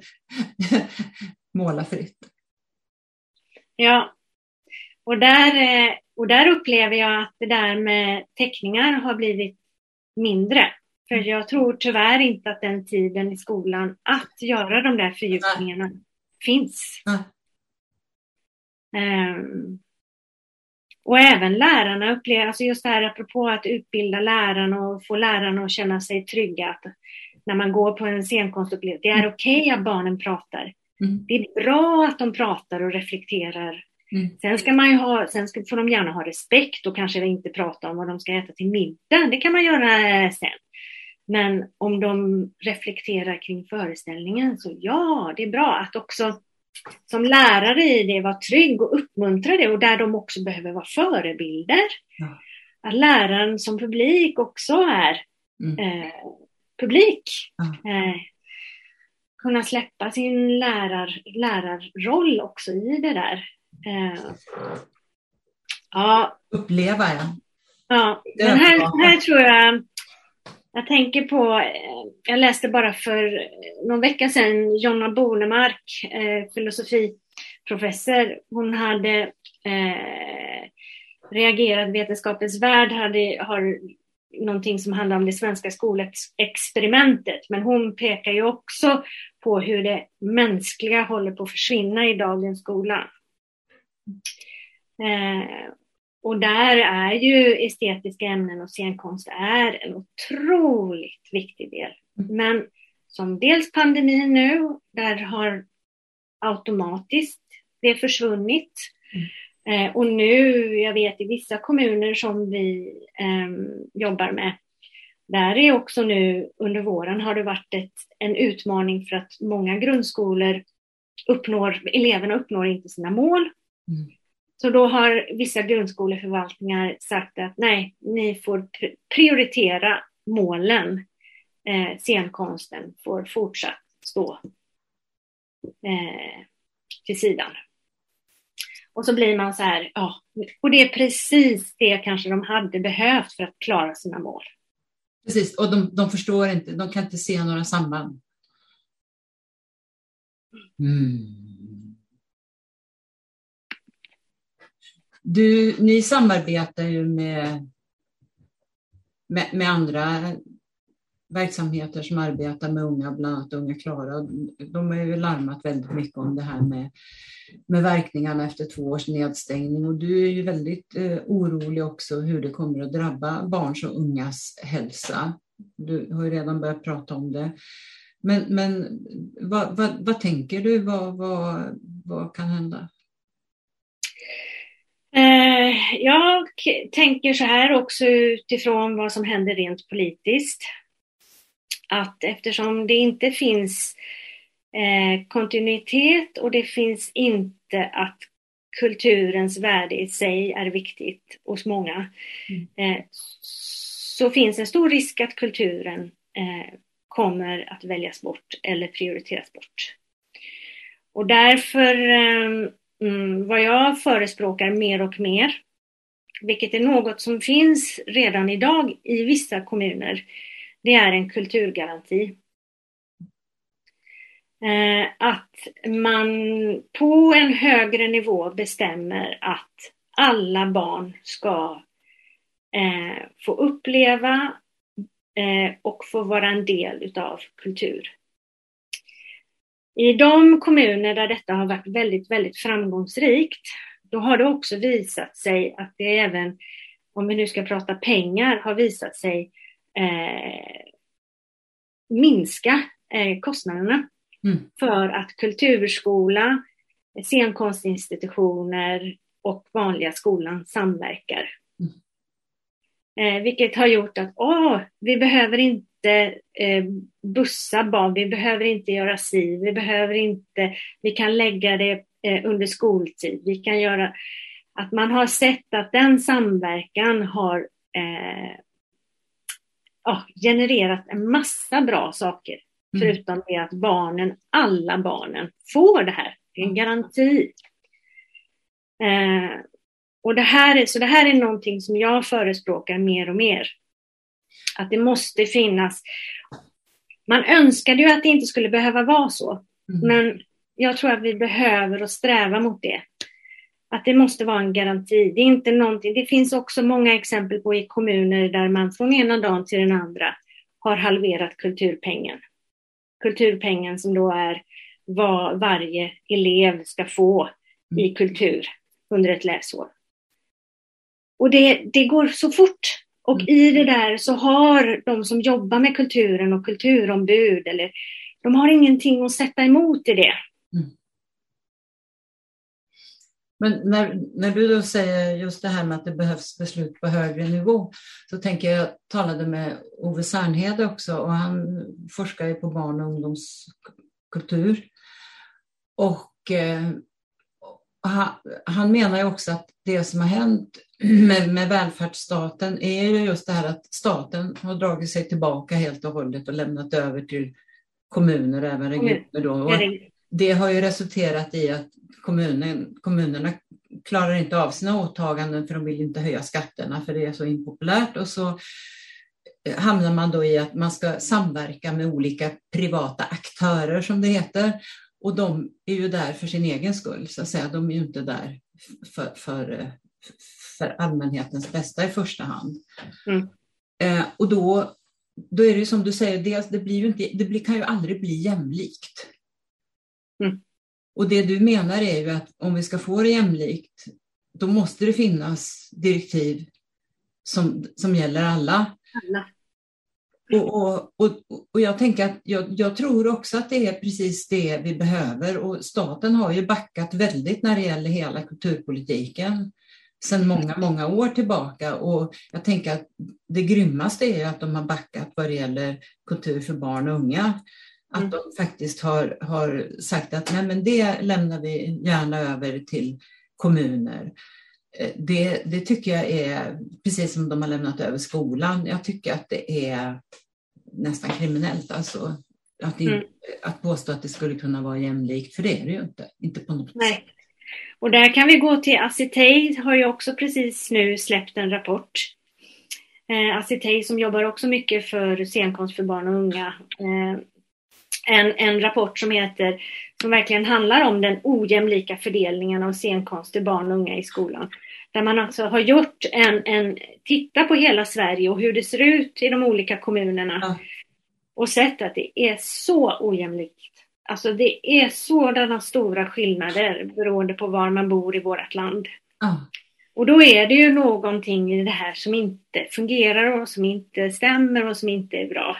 måla fritt. Ja, och där, och där upplever jag att det där med teckningar har blivit mindre. För jag tror tyvärr inte att den tiden i skolan att göra de där fördjupningarna Nej. finns. Nej. Um, och även lärarna upplever, alltså just det här apropå att utbilda lärarna och få lärarna att känna sig trygga att när man går på en scenkonstupplevelse, det är okej okay att barnen pratar. Mm. Det är bra att de pratar och reflekterar. Mm. Sen ska man ju ha, sen ska, får de gärna ha respekt och kanske inte prata om vad de ska äta till middag. Det kan man göra sen. Men om de reflekterar kring föreställningen, så ja, det är bra att också som lärare i det vara trygg och uppmuntra det, och där de också behöver vara förebilder. Ja. Att läraren som publik också är mm. eh, publik. Ja. Eh, kunna släppa sin lärar, lärarroll också i det där. Eh, ja. Uppleva, ja. Ja, men här, här tror jag, jag tänker på, jag läste bara för någon vecka sedan, Jonna Bornemark, eh, filosofiprofessor, hon hade eh, reagerat, Vetenskapens värld hade, har någonting som handlar om det svenska skolexperimentet, men hon pekar ju också på hur det mänskliga håller på att försvinna i dagens skola. Eh, och där är ju estetiska ämnen och scenkonst är en otroligt viktig del. Men som dels pandemin nu, där har automatiskt det försvunnit. Eh, och nu, jag vet i vissa kommuner som vi eh, jobbar med, där är också nu under våren har det varit ett, en utmaning för att många grundskolor uppnår, eleverna uppnår inte sina mål. Mm. Så då har vissa grundskoleförvaltningar sagt att nej, ni får prioritera målen. Eh, scenkonsten får fortsatt stå eh, till sidan. Och så blir man så här, ja, och det är precis det kanske de hade behövt för att klara sina mål. Precis, och de, de förstår inte, de kan inte se några samband. Mm. Du, ni samarbetar ju med, med, med andra verksamheter som arbetar med unga, bland annat Unga Klara. De har ju larmat väldigt mycket om det här med, med verkningarna efter två års nedstängning. Och du är ju väldigt eh, orolig också hur det kommer att drabba barns och ungas hälsa. Du har ju redan börjat prata om det. Men, men vad, vad, vad tänker du? Vad, vad, vad kan hända? Jag tänker så här också utifrån vad som händer rent politiskt. Att eftersom det inte finns eh, kontinuitet och det finns inte att kulturens värde i sig är viktigt hos många. Mm. Eh, så finns en stor risk att kulturen eh, kommer att väljas bort eller prioriteras bort. Och därför eh, mm, vad jag förespråkar mer och mer, vilket är något som finns redan idag i vissa kommuner, det är en kulturgaranti. Eh, att man på en högre nivå bestämmer att alla barn ska eh, få uppleva eh, och få vara en del utav kultur. I de kommuner där detta har varit väldigt, väldigt framgångsrikt, då har det också visat sig att det även, om vi nu ska prata pengar, har visat sig eh, minska eh, kostnaderna. Mm. För att kulturskola, scenkonstinstitutioner och vanliga skolan samverkar. Mm. Eh, vilket har gjort att åh, vi behöver inte eh, bussa barn, vi behöver inte göra si, vi behöver inte, vi kan lägga det eh, under skoltid. Vi kan göra, att man har sett att den samverkan har eh, oh, genererat en massa bra saker. Mm. Förutom det att barnen, alla barnen får det här. Det är en garanti. Eh, och det här är, så det här är någonting som jag förespråkar mer och mer. Att det måste finnas. Man önskade ju att det inte skulle behöva vara så. Mm. Men jag tror att vi behöver och sträva mot det. Att det måste vara en garanti. Det är inte någonting. Det finns också många exempel på i kommuner där man från ena dagen till den andra har halverat kulturpengen. Kulturpengen som då är vad varje elev ska få i kultur under ett läsår. Och det, det går så fort. Och mm. i det där så har de som jobbar med kulturen och kulturombud, eller, de har ingenting att sätta emot i det. Mm. Men när, när du då säger just det här med att det behövs beslut på högre nivå, så tänker jag, jag talade med Ove Särnhede också, och han forskar ju på barn- och ungdomskultur. Och eh, han, han menar ju också att det som har hänt med, med välfärdsstaten är ju just det här att staten har dragit sig tillbaka helt och hållet och lämnat över till kommuner, även regioner då. Och det har ju resulterat i att kommunen, kommunerna klarar inte av sina åtaganden, för de vill inte höja skatterna för det är så impopulärt, och så hamnar man då i att man ska samverka med olika privata aktörer som det heter, och de är ju där för sin egen skull så att säga, de är ju inte där för, för, för allmänhetens bästa i första hand. Mm. Eh, och då, då är det ju som du säger, det, det, blir ju inte, det blir, kan ju aldrig bli jämlikt. Mm. Och det du menar är ju att om vi ska få det jämlikt, då måste det finnas direktiv som, som gäller alla. alla. Och, och, och, och jag tänker att jag, jag tror också att det är precis det vi behöver. Och staten har ju backat väldigt när det gäller hela kulturpolitiken sedan många, många år tillbaka. Och jag tänker att det grymmaste är att de har backat vad det gäller kultur för barn och unga. Att mm. de faktiskt har, har sagt att nej, men det lämnar vi gärna över till kommuner. Det, det tycker jag är precis som de har lämnat över skolan. Jag tycker att det är nästan kriminellt. Alltså, att, det, mm. att påstå att det skulle kunna vara jämlikt, för det är det ju inte. Inte på något nej. sätt. Och där kan vi gå till Acitej, har ju också precis nu släppt en rapport. Eh, Acitej som jobbar också mycket för scenkonst för barn och unga. Eh, En, en rapport som heter, som verkligen handlar om den ojämlika fördelningen av scenkonst till barn och unga i skolan. Där man alltså har gjort en, en titta på hela Sverige och hur det ser ut i de olika kommunerna. Ja. Och sett att det är så ojämlikt. Alltså det är sådana stora skillnader beroende på var man bor i vårt land. Ja. Och då är det ju någonting i det här som inte fungerar och som inte stämmer och som inte är bra.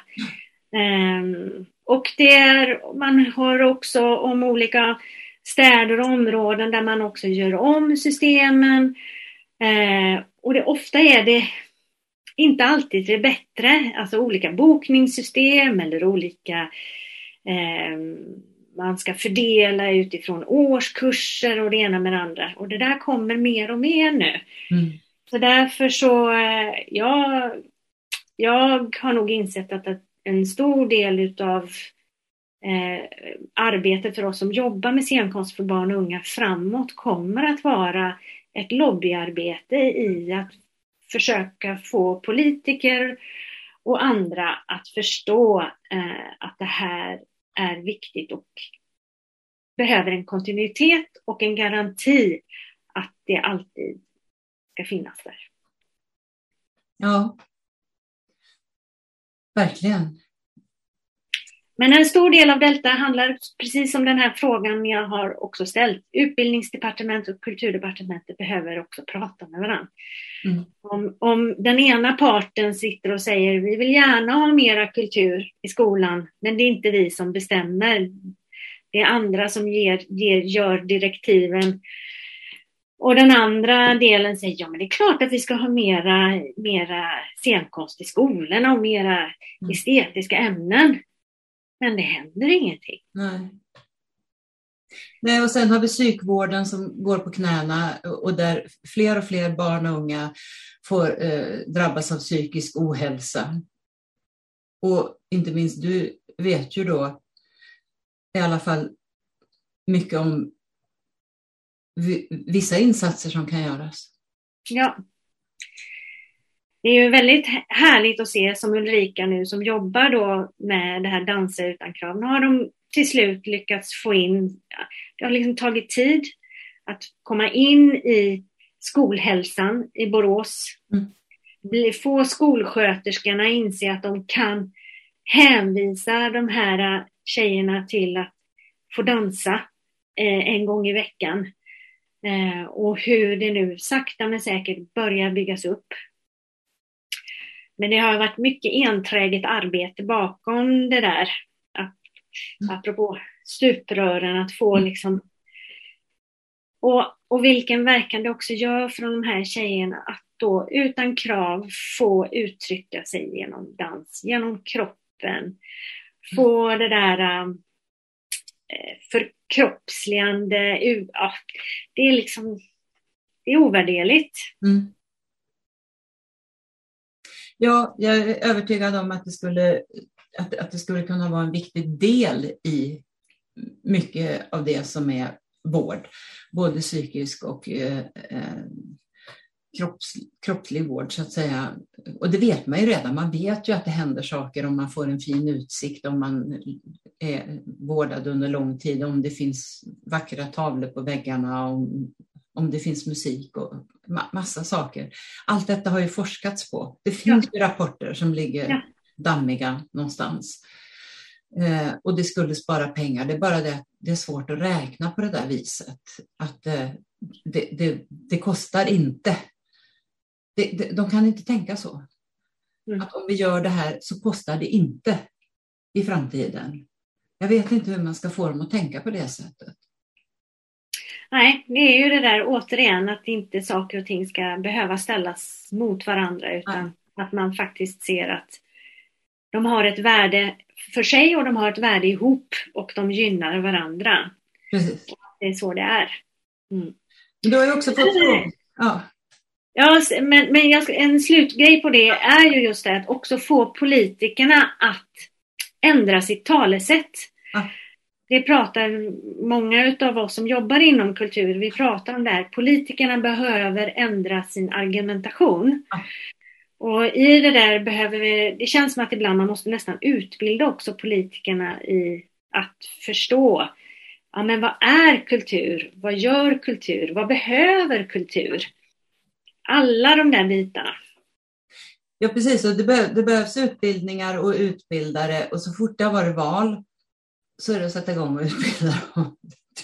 Um, Och det är, man hör också om olika städer och områden där man också gör om systemen. Eh, och det, ofta är det inte alltid det bättre. Alltså olika bokningssystem eller olika... Eh, man ska fördela utifrån årskurser och det ena med det andra. Och det där kommer mer och mer nu. Mm. Så därför så... Eh, jag, jag har nog insett att... att en stor del av eh, arbetet för oss som jobbar med scenkonst för barn och unga framåt kommer att vara ett lobbyarbete i att försöka få politiker och andra att förstå eh, att det här är viktigt och behöver en kontinuitet och en garanti att det alltid ska finnas där. Ja, verkligen. Men en stor del av detta handlar, precis som den här frågan jag har också ställt, utbildningsdepartementet och kulturdepartementet behöver också prata med varandra. Mm. Om, om den ena parten sitter och säger vi vill gärna ha mera kultur i skolan, men det är inte vi som bestämmer. Det är andra som ger, ger, gör direktiven. Och den andra delen säger ja men det är klart att vi ska ha mera, mera scenkonst i skolorna och mera mm. estetiska ämnen. Men det händer ingenting. Nej. Nej, och sen har vi psykvården som går på knäna och där fler och fler barn och unga får eh, drabbas av psykisk ohälsa. Och inte minst du vet ju då i alla fall mycket om vissa insatser som kan göras. Ja. Det är ju väldigt härligt att se som Ulrika nu som jobbar då med det här Dansa utan krav. Nu har de till slut lyckats få in, det har liksom tagit tid att komma in i skolhälsan i Borås. Mm. Få skolsköterskorna inse att de kan hänvisa de här tjejerna till att få dansa eh, en gång i veckan. Eh, och hur det nu sakta men säkert börjar byggas upp. Men det har varit mycket enträget arbete bakom det där. Att, mm. Apropå stuprören, att få liksom... Och, och vilken verkan det också gör från de här tjejerna att då utan krav få uttrycka sig genom dans, genom kroppen. Få mm. det där äh, förkroppsligande... Ja, det är liksom... Det är ovärderligt. Mm. Ja, jag är övertygad om att det, skulle, att, att det skulle kunna vara en viktig del i mycket av det som är vård. Både psykisk och eh, kropps, kroppslig vård så att säga. Och det vet man ju redan. Man vet ju att det händer saker om man får en fin utsikt, om man är vårdad under lång tid, om det finns vackra tavlor på väggarna, om, om det finns musik och massa saker. Allt detta har ju forskats på. Det finns ja. ju rapporter som ligger ja. dammiga någonstans. Eh, och det skulle spara pengar. Det är bara det, det är svårt att räkna på det där viset. Att eh, det, det, det kostar inte. Det, det, de kan inte tänka så. Mm. Att om vi gör det här så kostar det inte i framtiden. Jag vet inte hur man ska få dem att tänka på det sättet. Nej, det är ju det där återigen att inte saker och ting ska behöva ställas mot varandra utan Nej. att man faktiskt ser att de har ett värde för sig och de har ett värde ihop och de gynnar varandra. Precis. Det är så det är. Mm. Du har ju också fått fråga. Ja. Ja, men, men jag, en slutgrej på det är ju just det att också få politikerna att ändra sitt talesätt. Ja. Det pratar många av oss som jobbar inom kultur, vi pratar om det här. Politikerna behöver ändra sin argumentation. Ja. Och i det där behöver vi, det känns som att ibland man måste nästan utbilda också politikerna i att förstå. Ja, men vad är kultur? Vad gör kultur? Vad behöver kultur? Alla de där bitarna. Ja, precis. Och det, be- det behövs utbildningar och utbildare. Och så fort det har varit val så är det att sätta igång och utbilda dem.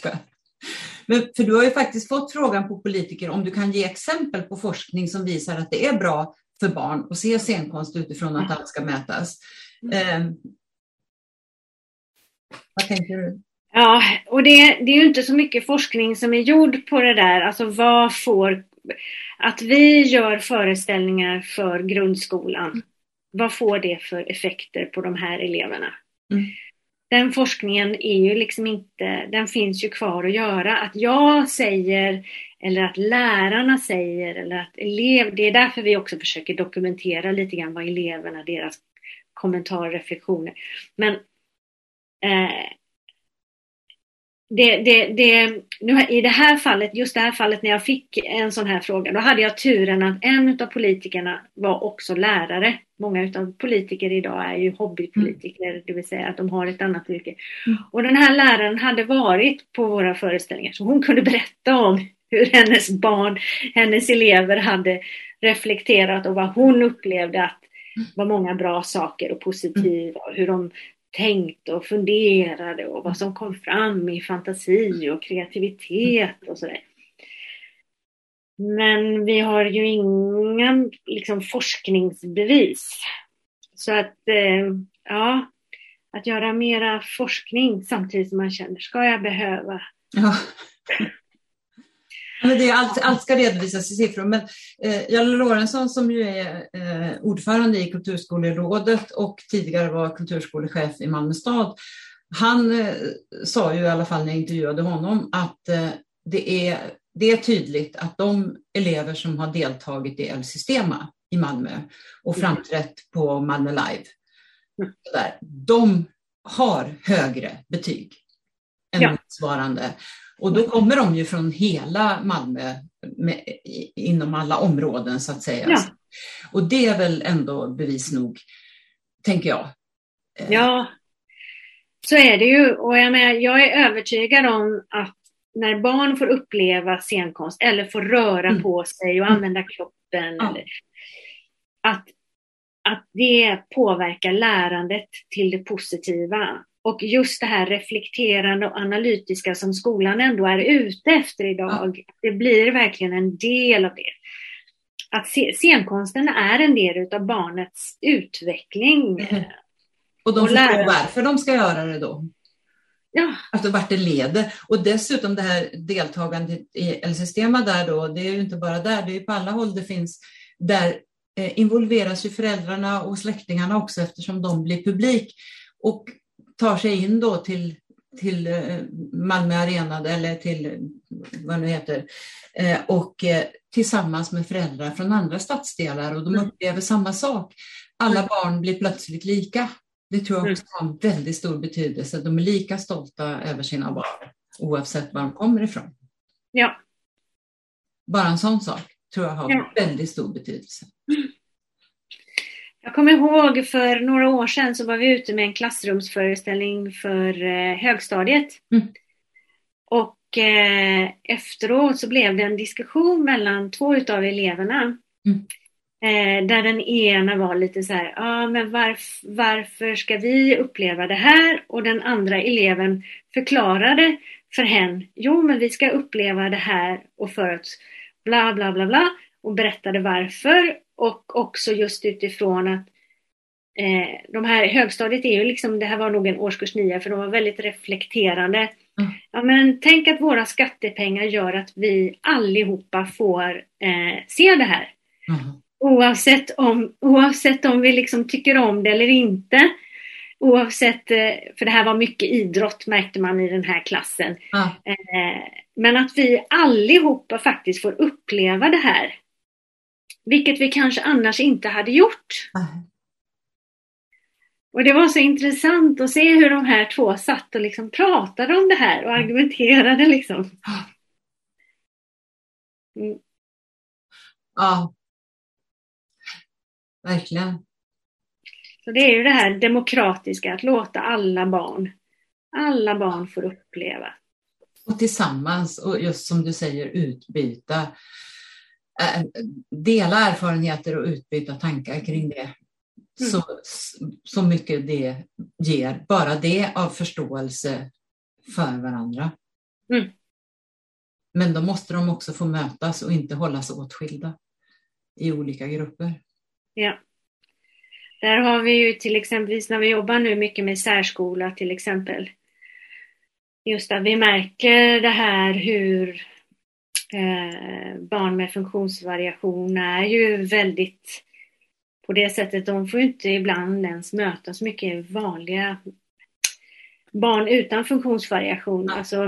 Men för du har ju faktiskt fått frågan på politiker om du kan ge exempel på forskning som visar att det är bra för barn att se scenkonst utifrån att allt ska mätas. Eh, vad tänker du? Ja, och det, det är ju inte så mycket forskning som är gjord på det där. Alltså vad får... Att vi gör föreställningar för grundskolan, vad får det för effekter på de här eleverna? Mm. Den forskningen är ju liksom inte, den finns ju kvar att göra. Att jag säger, eller att lärarna säger, eller att elev, det är därför vi också försöker dokumentera lite grann vad eleverna, deras kommentarer, reflektioner. Men eh, Det, det, det, nu, i det här fallet, just det här fallet när jag fick en sån här fråga, då hade jag turen att en av politikerna var också lärare. Många av politiker idag är ju hobbypolitiker, mm. det vill säga att de har ett annat yrke. Mm. Och den här läraren hade varit på våra föreställningar, så hon kunde berätta om hur hennes barn, hennes elever hade reflekterat och vad hon upplevde att var många bra saker och positiva. Och hur de tänkte och funderade och vad som kom fram i fantasi och kreativitet och sådär. Men vi har ju inga liksom, forskningsbevis. Så att, eh, ja, att göra mera forskning samtidigt som man känner, ska jag behöva? Ja. Men det är allt, allt ska redovisas i siffror. Men eh, Jalle Lorentzon som ju är eh, ordförande i Kulturskolerådet och tidigare var kulturskolechef i Malmö stad, han eh, sa ju i alla fall när jag intervjuade honom att eh, det, är, det är tydligt att de elever som har deltagit i El-Sistema i Malmö och framträtt på Malmö Live, där, de har högre betyg än ja. motsvarande. Och då kommer de ju från hela Malmö med, inom alla områden så att säga. Ja. Och det är väl ändå bevis nog, tänker jag. Ja, så är det ju. Och jag, menar, jag är övertygad om att när barn får uppleva scenkonst eller får röra mm. på sig och använda kroppen, ja. eller, att, att det påverkar lärandet till det positiva. Och just det här reflekterande och analytiska som skolan ändå är ute efter idag, ja. Det blir verkligen en del av det. Att scenkonsten är en del av barnets utveckling. Mm. Och de och förstår lära. Varför de ska göra det då. Ja. Alltså vart det leder. Och dessutom det här deltagandet i El-Sistema där då, det är ju inte bara där, det är ju på alla håll det finns. Där eh, involveras ju föräldrarna och släktingarna också eftersom de blir publik. Och tar sig in då till, till Malmö Arena eller till vad det heter och tillsammans med föräldrar från andra stadsdelar och de upplever samma sak. Alla barn blir plötsligt lika. Det tror jag också har en väldigt stor betydelse. De är lika stolta över sina barn oavsett var de kommer ifrån. Ja. Bara en sån sak tror jag har ja. väldigt stor betydelse. Jag kommer ihåg för några år sedan så var vi ute med en klassrumsföreställning för eh, högstadiet. Mm. Och eh, efteråt så blev det en diskussion mellan två utav eleverna. Mm. Eh, där den ena var lite så här, ja ah, men varf- varför ska vi uppleva det här? Och den andra eleven förklarade för hen, jo men vi ska uppleva det här och för att bla bla bla bla. Och berättade varför. Och också just utifrån att eh, de här högstadiet är ju liksom, det här var nog en årskurs nio för de var väldigt reflekterande. Mm. Ja men tänk att våra skattepengar gör att vi allihopa får eh, se det här. Mm. Oavsett om, oavsett om vi liksom tycker om det eller inte. Oavsett, eh, för det här var mycket idrott märkte man i den här klassen. Mm. Eh, men att vi allihopa faktiskt får uppleva det här. Vilket vi kanske annars inte hade gjort. Mm. Och det var så intressant att se hur de här två satt och liksom pratade om det här och argumenterade liksom. Mm. Ja, verkligen. Så det är ju det här demokratiska, att låta alla barn, alla barn får uppleva. Och tillsammans, och just som du säger, utbyta, äh, dela erfarenheter och utbyta tankar kring det. Mm. Så, så mycket det ger, bara det av förståelse för varandra. Mm. Men då måste de också få mötas och inte hållas åtskilda i olika grupper. Ja. Där har vi ju till exempel, när vi jobbar nu mycket med särskola till exempel. Just att vi märker det här hur eh, barn med funktionsvariation är ju väldigt, på det sättet de får inte ibland ens möta så mycket vanliga barn utan funktionsvariation. Alltså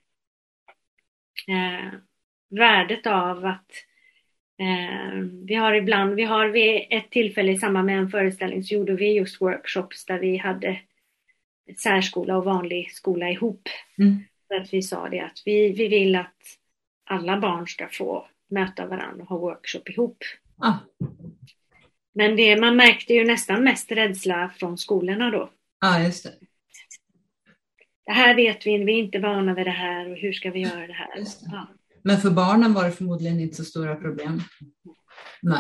eh, värdet av att Eh, vi har ibland, vi har vid ett tillfälle i samband med en föreställning så gjorde vi just workshops där vi hade särskola och vanlig skola ihop. Mm. För att vi sa det att vi, vi vill att alla barn ska få möta varandra och ha workshop ihop. Ah. Men det, man märkte ju nästan mest rädsla från skolorna då. Ja, ah, just det. Det här vet vi, vi är inte vana vid det här och hur ska vi göra det här? Just det. Ja. Men för barnen var det förmodligen inte så stora problem. Nej.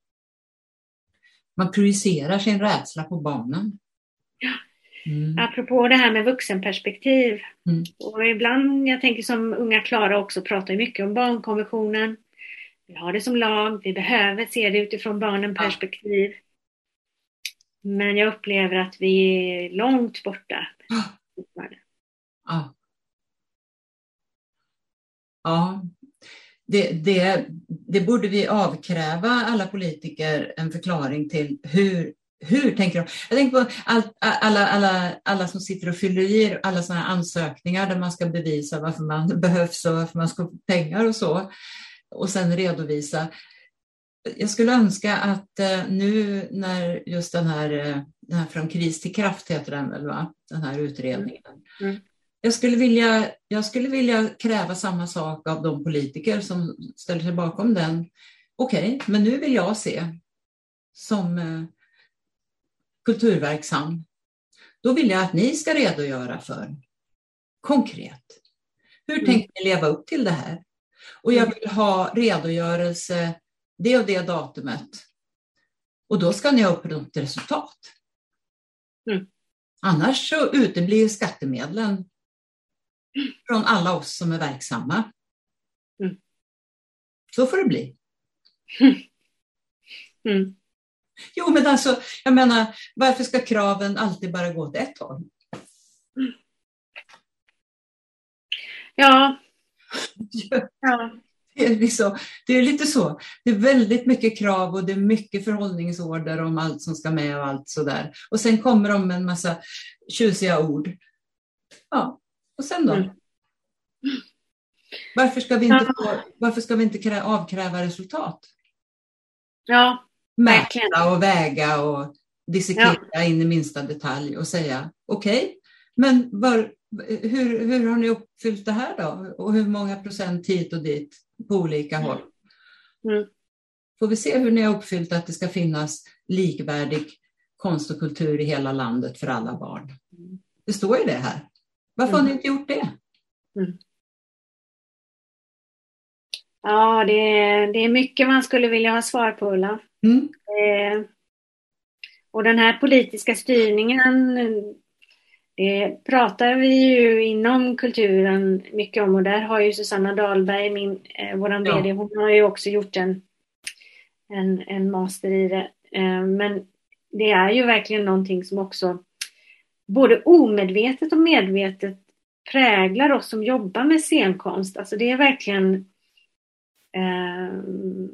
Man projicerar sin rädsla på barnen. Mm. Apropå det här med vuxenperspektiv. Mm. Och ibland, jag tänker som unga Klara också, pratar mycket om barnkonventionen. Vi har det som lag, vi behöver se det utifrån barnens perspektiv. Ja. Men jag upplever att vi är långt borta. Ja. Ja. Det, det, det borde vi avkräva alla politiker en förklaring till. Hur, hur tänker de? Jag tänker på all, alla, alla, alla som sitter och fyller i alla sådana ansökningar där man ska bevisa varför man behövs och varför man ska få pengar och så. Och sen redovisa. Jag skulle önska att nu när just den här, den här Från kris till kraft heter den väl, va? Den här utredningen. Mm. Mm. Jag skulle, vilja, jag skulle vilja kräva samma sak av de politiker som ställer sig bakom den. Okej, okay, men nu vill jag se som eh, kulturverksam. Då vill jag att ni ska redogöra för konkret. Hur mm. tänker ni leva upp till det här? Och jag vill ha redogörelse det och det datumet. Och då ska ni ha uppnått resultat. Mm. Annars så uteblir skattemedlen från alla oss som är verksamma. Mm. Så får det bli. Mm. Jo, men alltså, jag menar, varför ska kraven alltid bara gå åt ett håll? Mm. Ja. ja. Det är, liksom, det är lite så. Det är väldigt mycket krav och det är mycket förhållningsorder om allt som ska med och allt sådär. Och sen kommer de med en massa tjusiga ord. Ja, och sen då? Mm. Varför ska vi inte, få, varför ska vi inte krä, avkräva resultat? Ja, verkligen. Mäta och väga och dissekera ja. in i minsta detalj och säga okej, okay, men var, hur, hur har ni uppfyllt det här då? Och hur många procent hit och dit på olika håll? Mm. Får vi se hur ni har uppfyllt att det ska finnas likvärdig konst och kultur i hela landet för alla barn? Det står ju det här. Varför mm. har ni inte gjort det? Mm. Ja, det är, det är mycket man skulle vilja ha svar på, Ulla. Mm. Eh, och den här politiska styrningen, det pratar vi ju inom kulturen mycket om. Och där har ju Susanna Dahlberg, min, eh, våran ja. vd, hon har ju också gjort en, en, en master i det. Eh, men det är ju verkligen någonting som också både omedvetet och medvetet präglar oss som jobbar med scenkonst. Alltså det är verkligen Uh,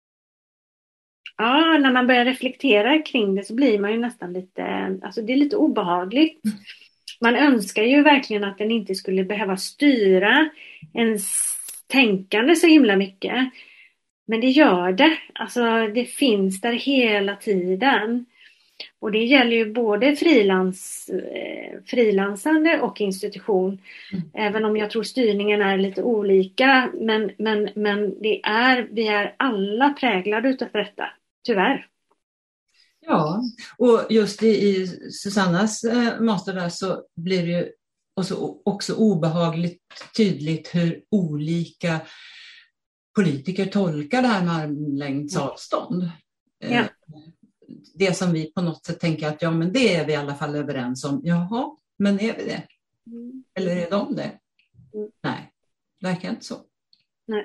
ja, när man börjar reflektera kring det så blir man ju nästan lite, alltså det är lite obehagligt. Man önskar ju verkligen att den inte skulle behöva styra ens tänkande så himla mycket. Men det gör det. Alltså det finns där hela tiden. Och det gäller ju både frilans, eh, frilansande och institution. Mm. Även om jag tror styrningen är lite olika. Men, men, men det är, vi är alla präglade utav detta, tyvärr. Ja, och just i, i Susannas eh, master där så blir det ju också, också obehagligt tydligt hur olika politiker tolkar det här med armlängds avstånd. Ja. Eh, Det som vi på något sätt tänker att ja, men det är vi i alla fall överens om. Jaha, men är vi det? Mm. Eller är de det? Mm. Nej, det verkar inte så. Nej.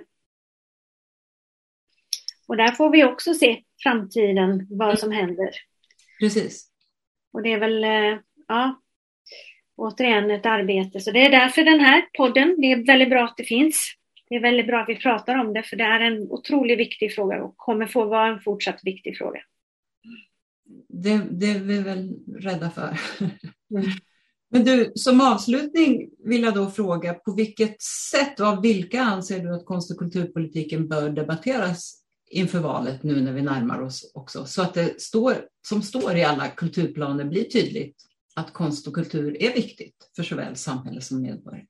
Och där får vi också se framtiden, vad mm. som händer. Precis. Och det är väl, ja, återigen ett arbete. Så det är därför den här podden, det är väldigt bra att det finns. Det är väldigt bra att vi pratar om det, för det är en otroligt viktig fråga och kommer få vara en fortsatt viktig fråga. Det, det är vi väl rädda för. Mm. Men du, som avslutning vill jag då fråga, på vilket sätt och av vilka anser du att konst- och kulturpolitiken bör debatteras inför valet nu när vi närmar oss också? Så att det står, som står i alla kulturplaner blir tydligt att konst och kultur är viktigt för såväl samhälle som medborgare.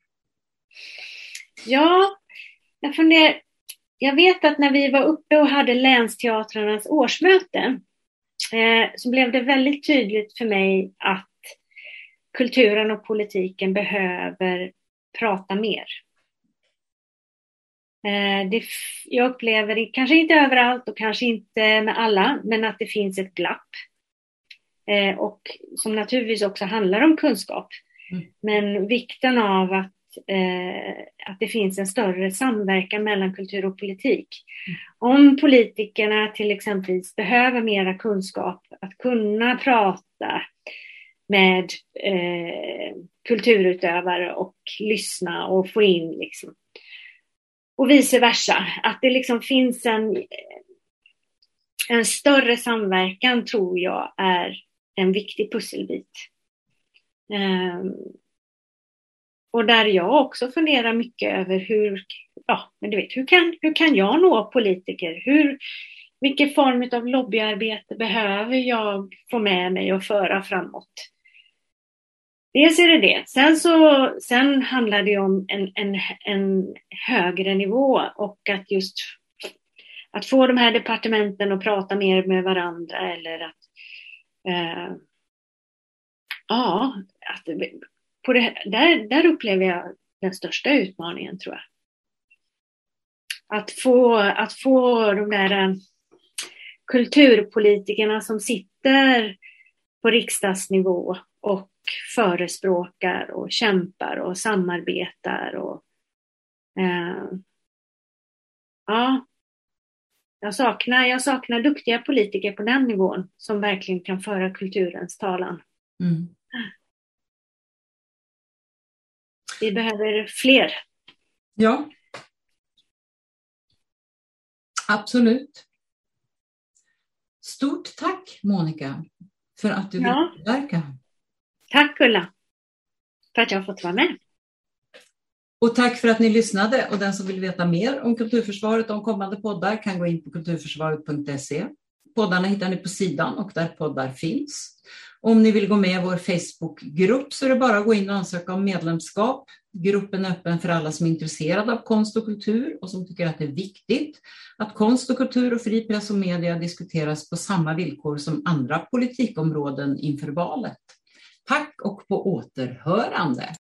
Ja, jag funderar, jag vet att när vi var uppe och hade länsteatrarnas årsmöte Eh, så blev det väldigt tydligt för mig att kulturen och politiken behöver prata mer. Det, jag upplever det kanske inte överallt och kanske inte med alla, men att det finns ett glapp. Och som naturligtvis också handlar om kunskap. Mm. Men vikten av att, att det finns en större samverkan mellan kultur och politik. Mm. Om politikerna till exempel behöver mera kunskap, att kunna prata med eh, kulturutövare och lyssna och få in liksom. Och vice versa. Att det liksom finns en, en större samverkan tror jag är en viktig pusselbit. Um, och där jag också funderar mycket över hur, ja, men du vet, hur kan, hur kan jag nå politiker? Hur, vilken form av lobbyarbete behöver jag få med mig och föra framåt? Dels är det det. Sen, så, sen handlar det om en, en, en högre nivå och att just att få de här departementen att prata mer med varandra eller att eh, ja, att på det, där, där upplever jag den största utmaningen tror jag. Att få, att få de där kulturpolitikerna som sitter på riksdagsnivå och förespråkar och kämpar och samarbetar och eh, ja, jag saknar, jag saknar duktiga politiker på den nivån som verkligen kan föra kulturens talan. Mm. Vi behöver fler. Ja, absolut. Stort tack Monica för att du ja. vill verka. Tack Ulla för att jag har fått vara med. Och tack för att ni lyssnade, och den som vill veta mer om Kulturförsvaret och om kommande poddar kan gå in på kulturförsvaret punkt se. Poddarna hittar ni på sidan och där poddar finns. Om ni vill gå med i vår Facebookgrupp så är det bara att gå in och ansöka om medlemskap. Gruppen är öppen för alla som är intresserade av konst och kultur och som tycker att det är viktigt att konst och kultur och fri press och media diskuteras på samma villkor som andra politikområden inför valet. Tack och på återhörande!